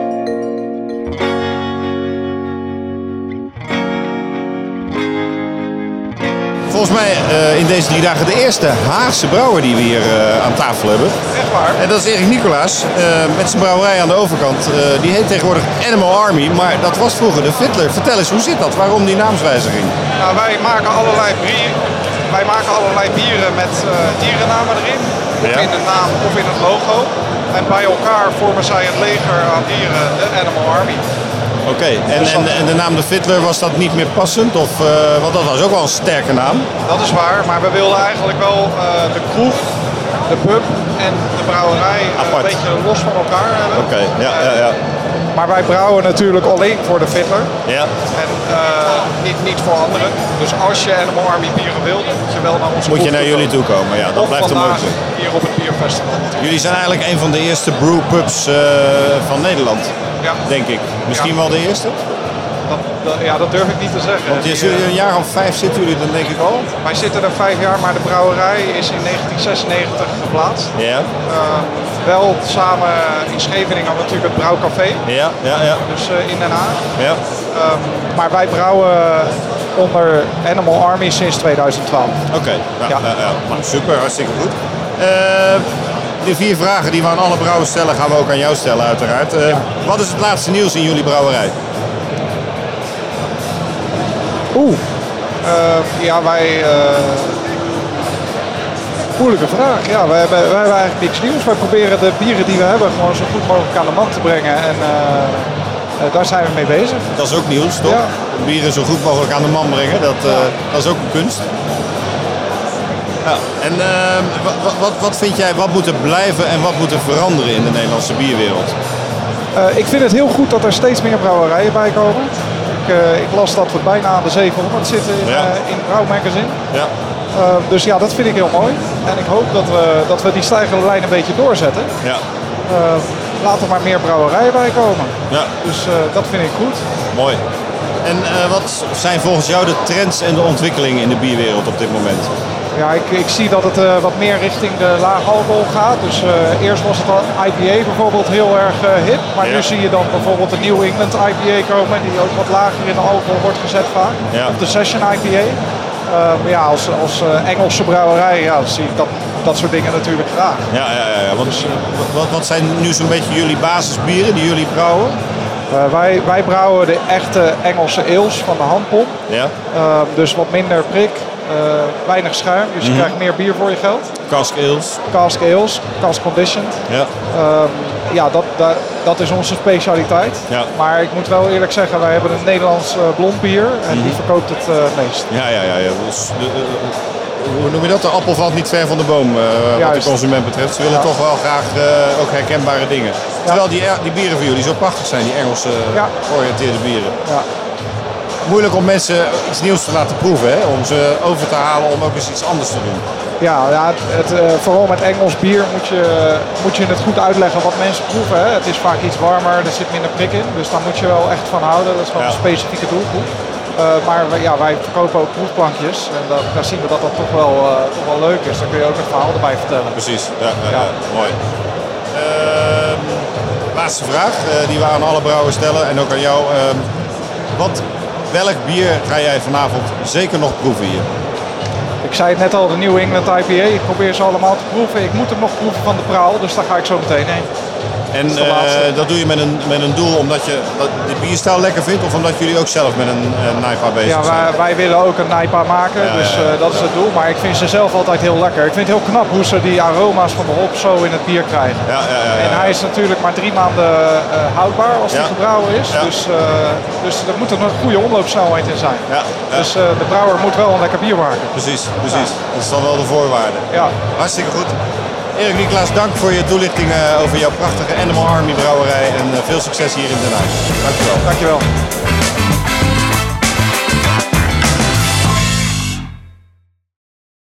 Volgens mij in deze 3 dagen de eerste Haagse brouwer die we hier aan tafel hebben. Echt waar? En dat is Erik Nicolaas met zijn brouwerij aan de overkant. Die heet tegenwoordig Animal Army, maar dat was vroeger de Fiddler. Vertel eens, hoe zit dat? Waarom die naamswijziging? Nou, wij maken allerlei bieren met dierennamen erin. Of in de naam of in het logo. En bij elkaar vormen zij het leger aan dieren, de Animal Army. Oké, en de naam de Fiddler, was dat niet meer passend? Want dat was ook wel een sterke naam. Dat is waar, maar we wilden eigenlijk wel de kroeg, de pub en de brouwerij een beetje los van elkaar hebben. Oké. Maar wij brouwen natuurlijk alleen voor de Fiddler. Ja. En niet voor anderen. Dus als je Animal Army bieren wilt, moet je wel naar onze Moet je naar jullie toe komen, ja. Dat blijft de mooiste. Hier op het bierfestival. Jullie zijn eigenlijk een van de eerste brewpubs van Nederland. Ja. Denk ik. Misschien wel de eerste? Dat durf ik niet te zeggen. Want een jaar of 5 zitten jullie dan denk ik al? Wij zitten er 5 jaar, maar de brouwerij is in 1996 geplaatst. Ja. Wel samen in Scheveningen natuurlijk het Brouwcafé. Ja. Dus in Den Haag. Ja. Maar wij brouwen onder Animal Army sinds 2012. Oké. Nou, super, hartstikke goed. De 4 vragen die we aan alle brouwers stellen, gaan we ook aan jou stellen uiteraard. Wat is het laatste nieuws in jullie brouwerij? Moeilijke vraag. Ja, wij hebben eigenlijk niks nieuws. Wij proberen de bieren die we hebben gewoon zo goed mogelijk aan de man te brengen. En daar zijn we mee bezig. Dat is ook nieuws, toch? Ja. Bieren zo goed mogelijk aan de man brengen, dat is ook een kunst. Ja. En wat vind jij, wat moet er blijven en wat moet er veranderen in de Nederlandse bierwereld? Ik vind het heel goed dat er steeds meer brouwerijen bij komen. Ik las dat we bijna aan de 700 zitten in het Brouwmagazine. Ja. Dus ja, dat vind ik heel mooi. En ik hoop dat we die stijgende lijn een beetje doorzetten. Ja. Laat er maar meer brouwerijen bij komen. Ja. Dus dat vind ik goed. Mooi. En wat zijn volgens jou de trends en de ontwikkelingen in de bierwereld op dit moment? Ja, ik zie dat het wat meer richting de laag alcohol gaat. Dus eerst was het al IPA bijvoorbeeld heel erg hip. Maar nu zie je dan bijvoorbeeld de New England IPA komen. Die ook wat lager in de alcohol wordt gezet vaak. Ja. Of de Session IPA. Als Engelse brouwerij zie ik dat soort dingen natuurlijk graag. Ja. Wat zijn nu zo'n beetje jullie basisbieren die jullie brouwen? Wij brouwen de echte Engelse ales van de handpomp. Ja. Dus wat minder prik, weinig schuim. Dus je krijgt meer bier voor je geld. Cask ales. Cask ales, cask conditioned. Ja. Dat is onze specialiteit. Ja. Maar ik moet wel eerlijk zeggen, wij hebben een Nederlands blond bier en die verkoopt het meest. Ja. Dus, hoe noem je dat? De appel valt niet ver van de boom wat de consument betreft. Ze willen toch wel graag ook herkenbare dingen. Terwijl die bieren voor jullie zo prachtig zijn, die Engelse georiënteerde bieren. Ja. Moeilijk om mensen iets nieuws te laten proeven, hè? Om ze over te halen om ook eens iets anders te doen. Vooral met Engels bier moet je het goed uitleggen wat mensen proeven. Hè. Het is vaak iets warmer, er zit minder prik in. Dus daar moet je wel echt van houden. Dat is gewoon een specifieke doelgroep. Maar wij verkopen ook proefplankjes. En daar zien we dat toch wel leuk is. Dan kun je ook het verhaal erbij vertellen. Precies, ja. Mooi. Laatste vraag die we aan alle brouwers stellen en ook aan jou. Welk bier ga jij vanavond zeker nog proeven hier? Ik zei het net al, de New England IPA. Ik probeer ze allemaal te proeven. Ik moet hem nog proeven van de Praal, dus daar ga ik zo meteen heen. En dat doe je met een doel omdat je de bierstijl lekker vindt of omdat jullie ook zelf met een NIPA bezig zijn? Ja, wij willen ook een NIPA maken, dat is het doel. Maar ik vind ze zelf altijd heel lekker. Ik vind het heel knap hoe ze die aroma's van de hop zo in het bier krijgen. En hij is natuurlijk maar 3 maanden houdbaar als hij gebrouwen is. Ja. Dus er moet er een goede omloopsnelheid in zijn. Dus de brouwer moet wel een lekker bier maken. Precies. Dat is dan wel de voorwaarde. Ja. Hartstikke goed. Erik Nicolaas, dank voor je toelichting over jouw prachtige Animal Army brouwerij en veel succes hier in Den Haag. Dankjewel. Dankjewel.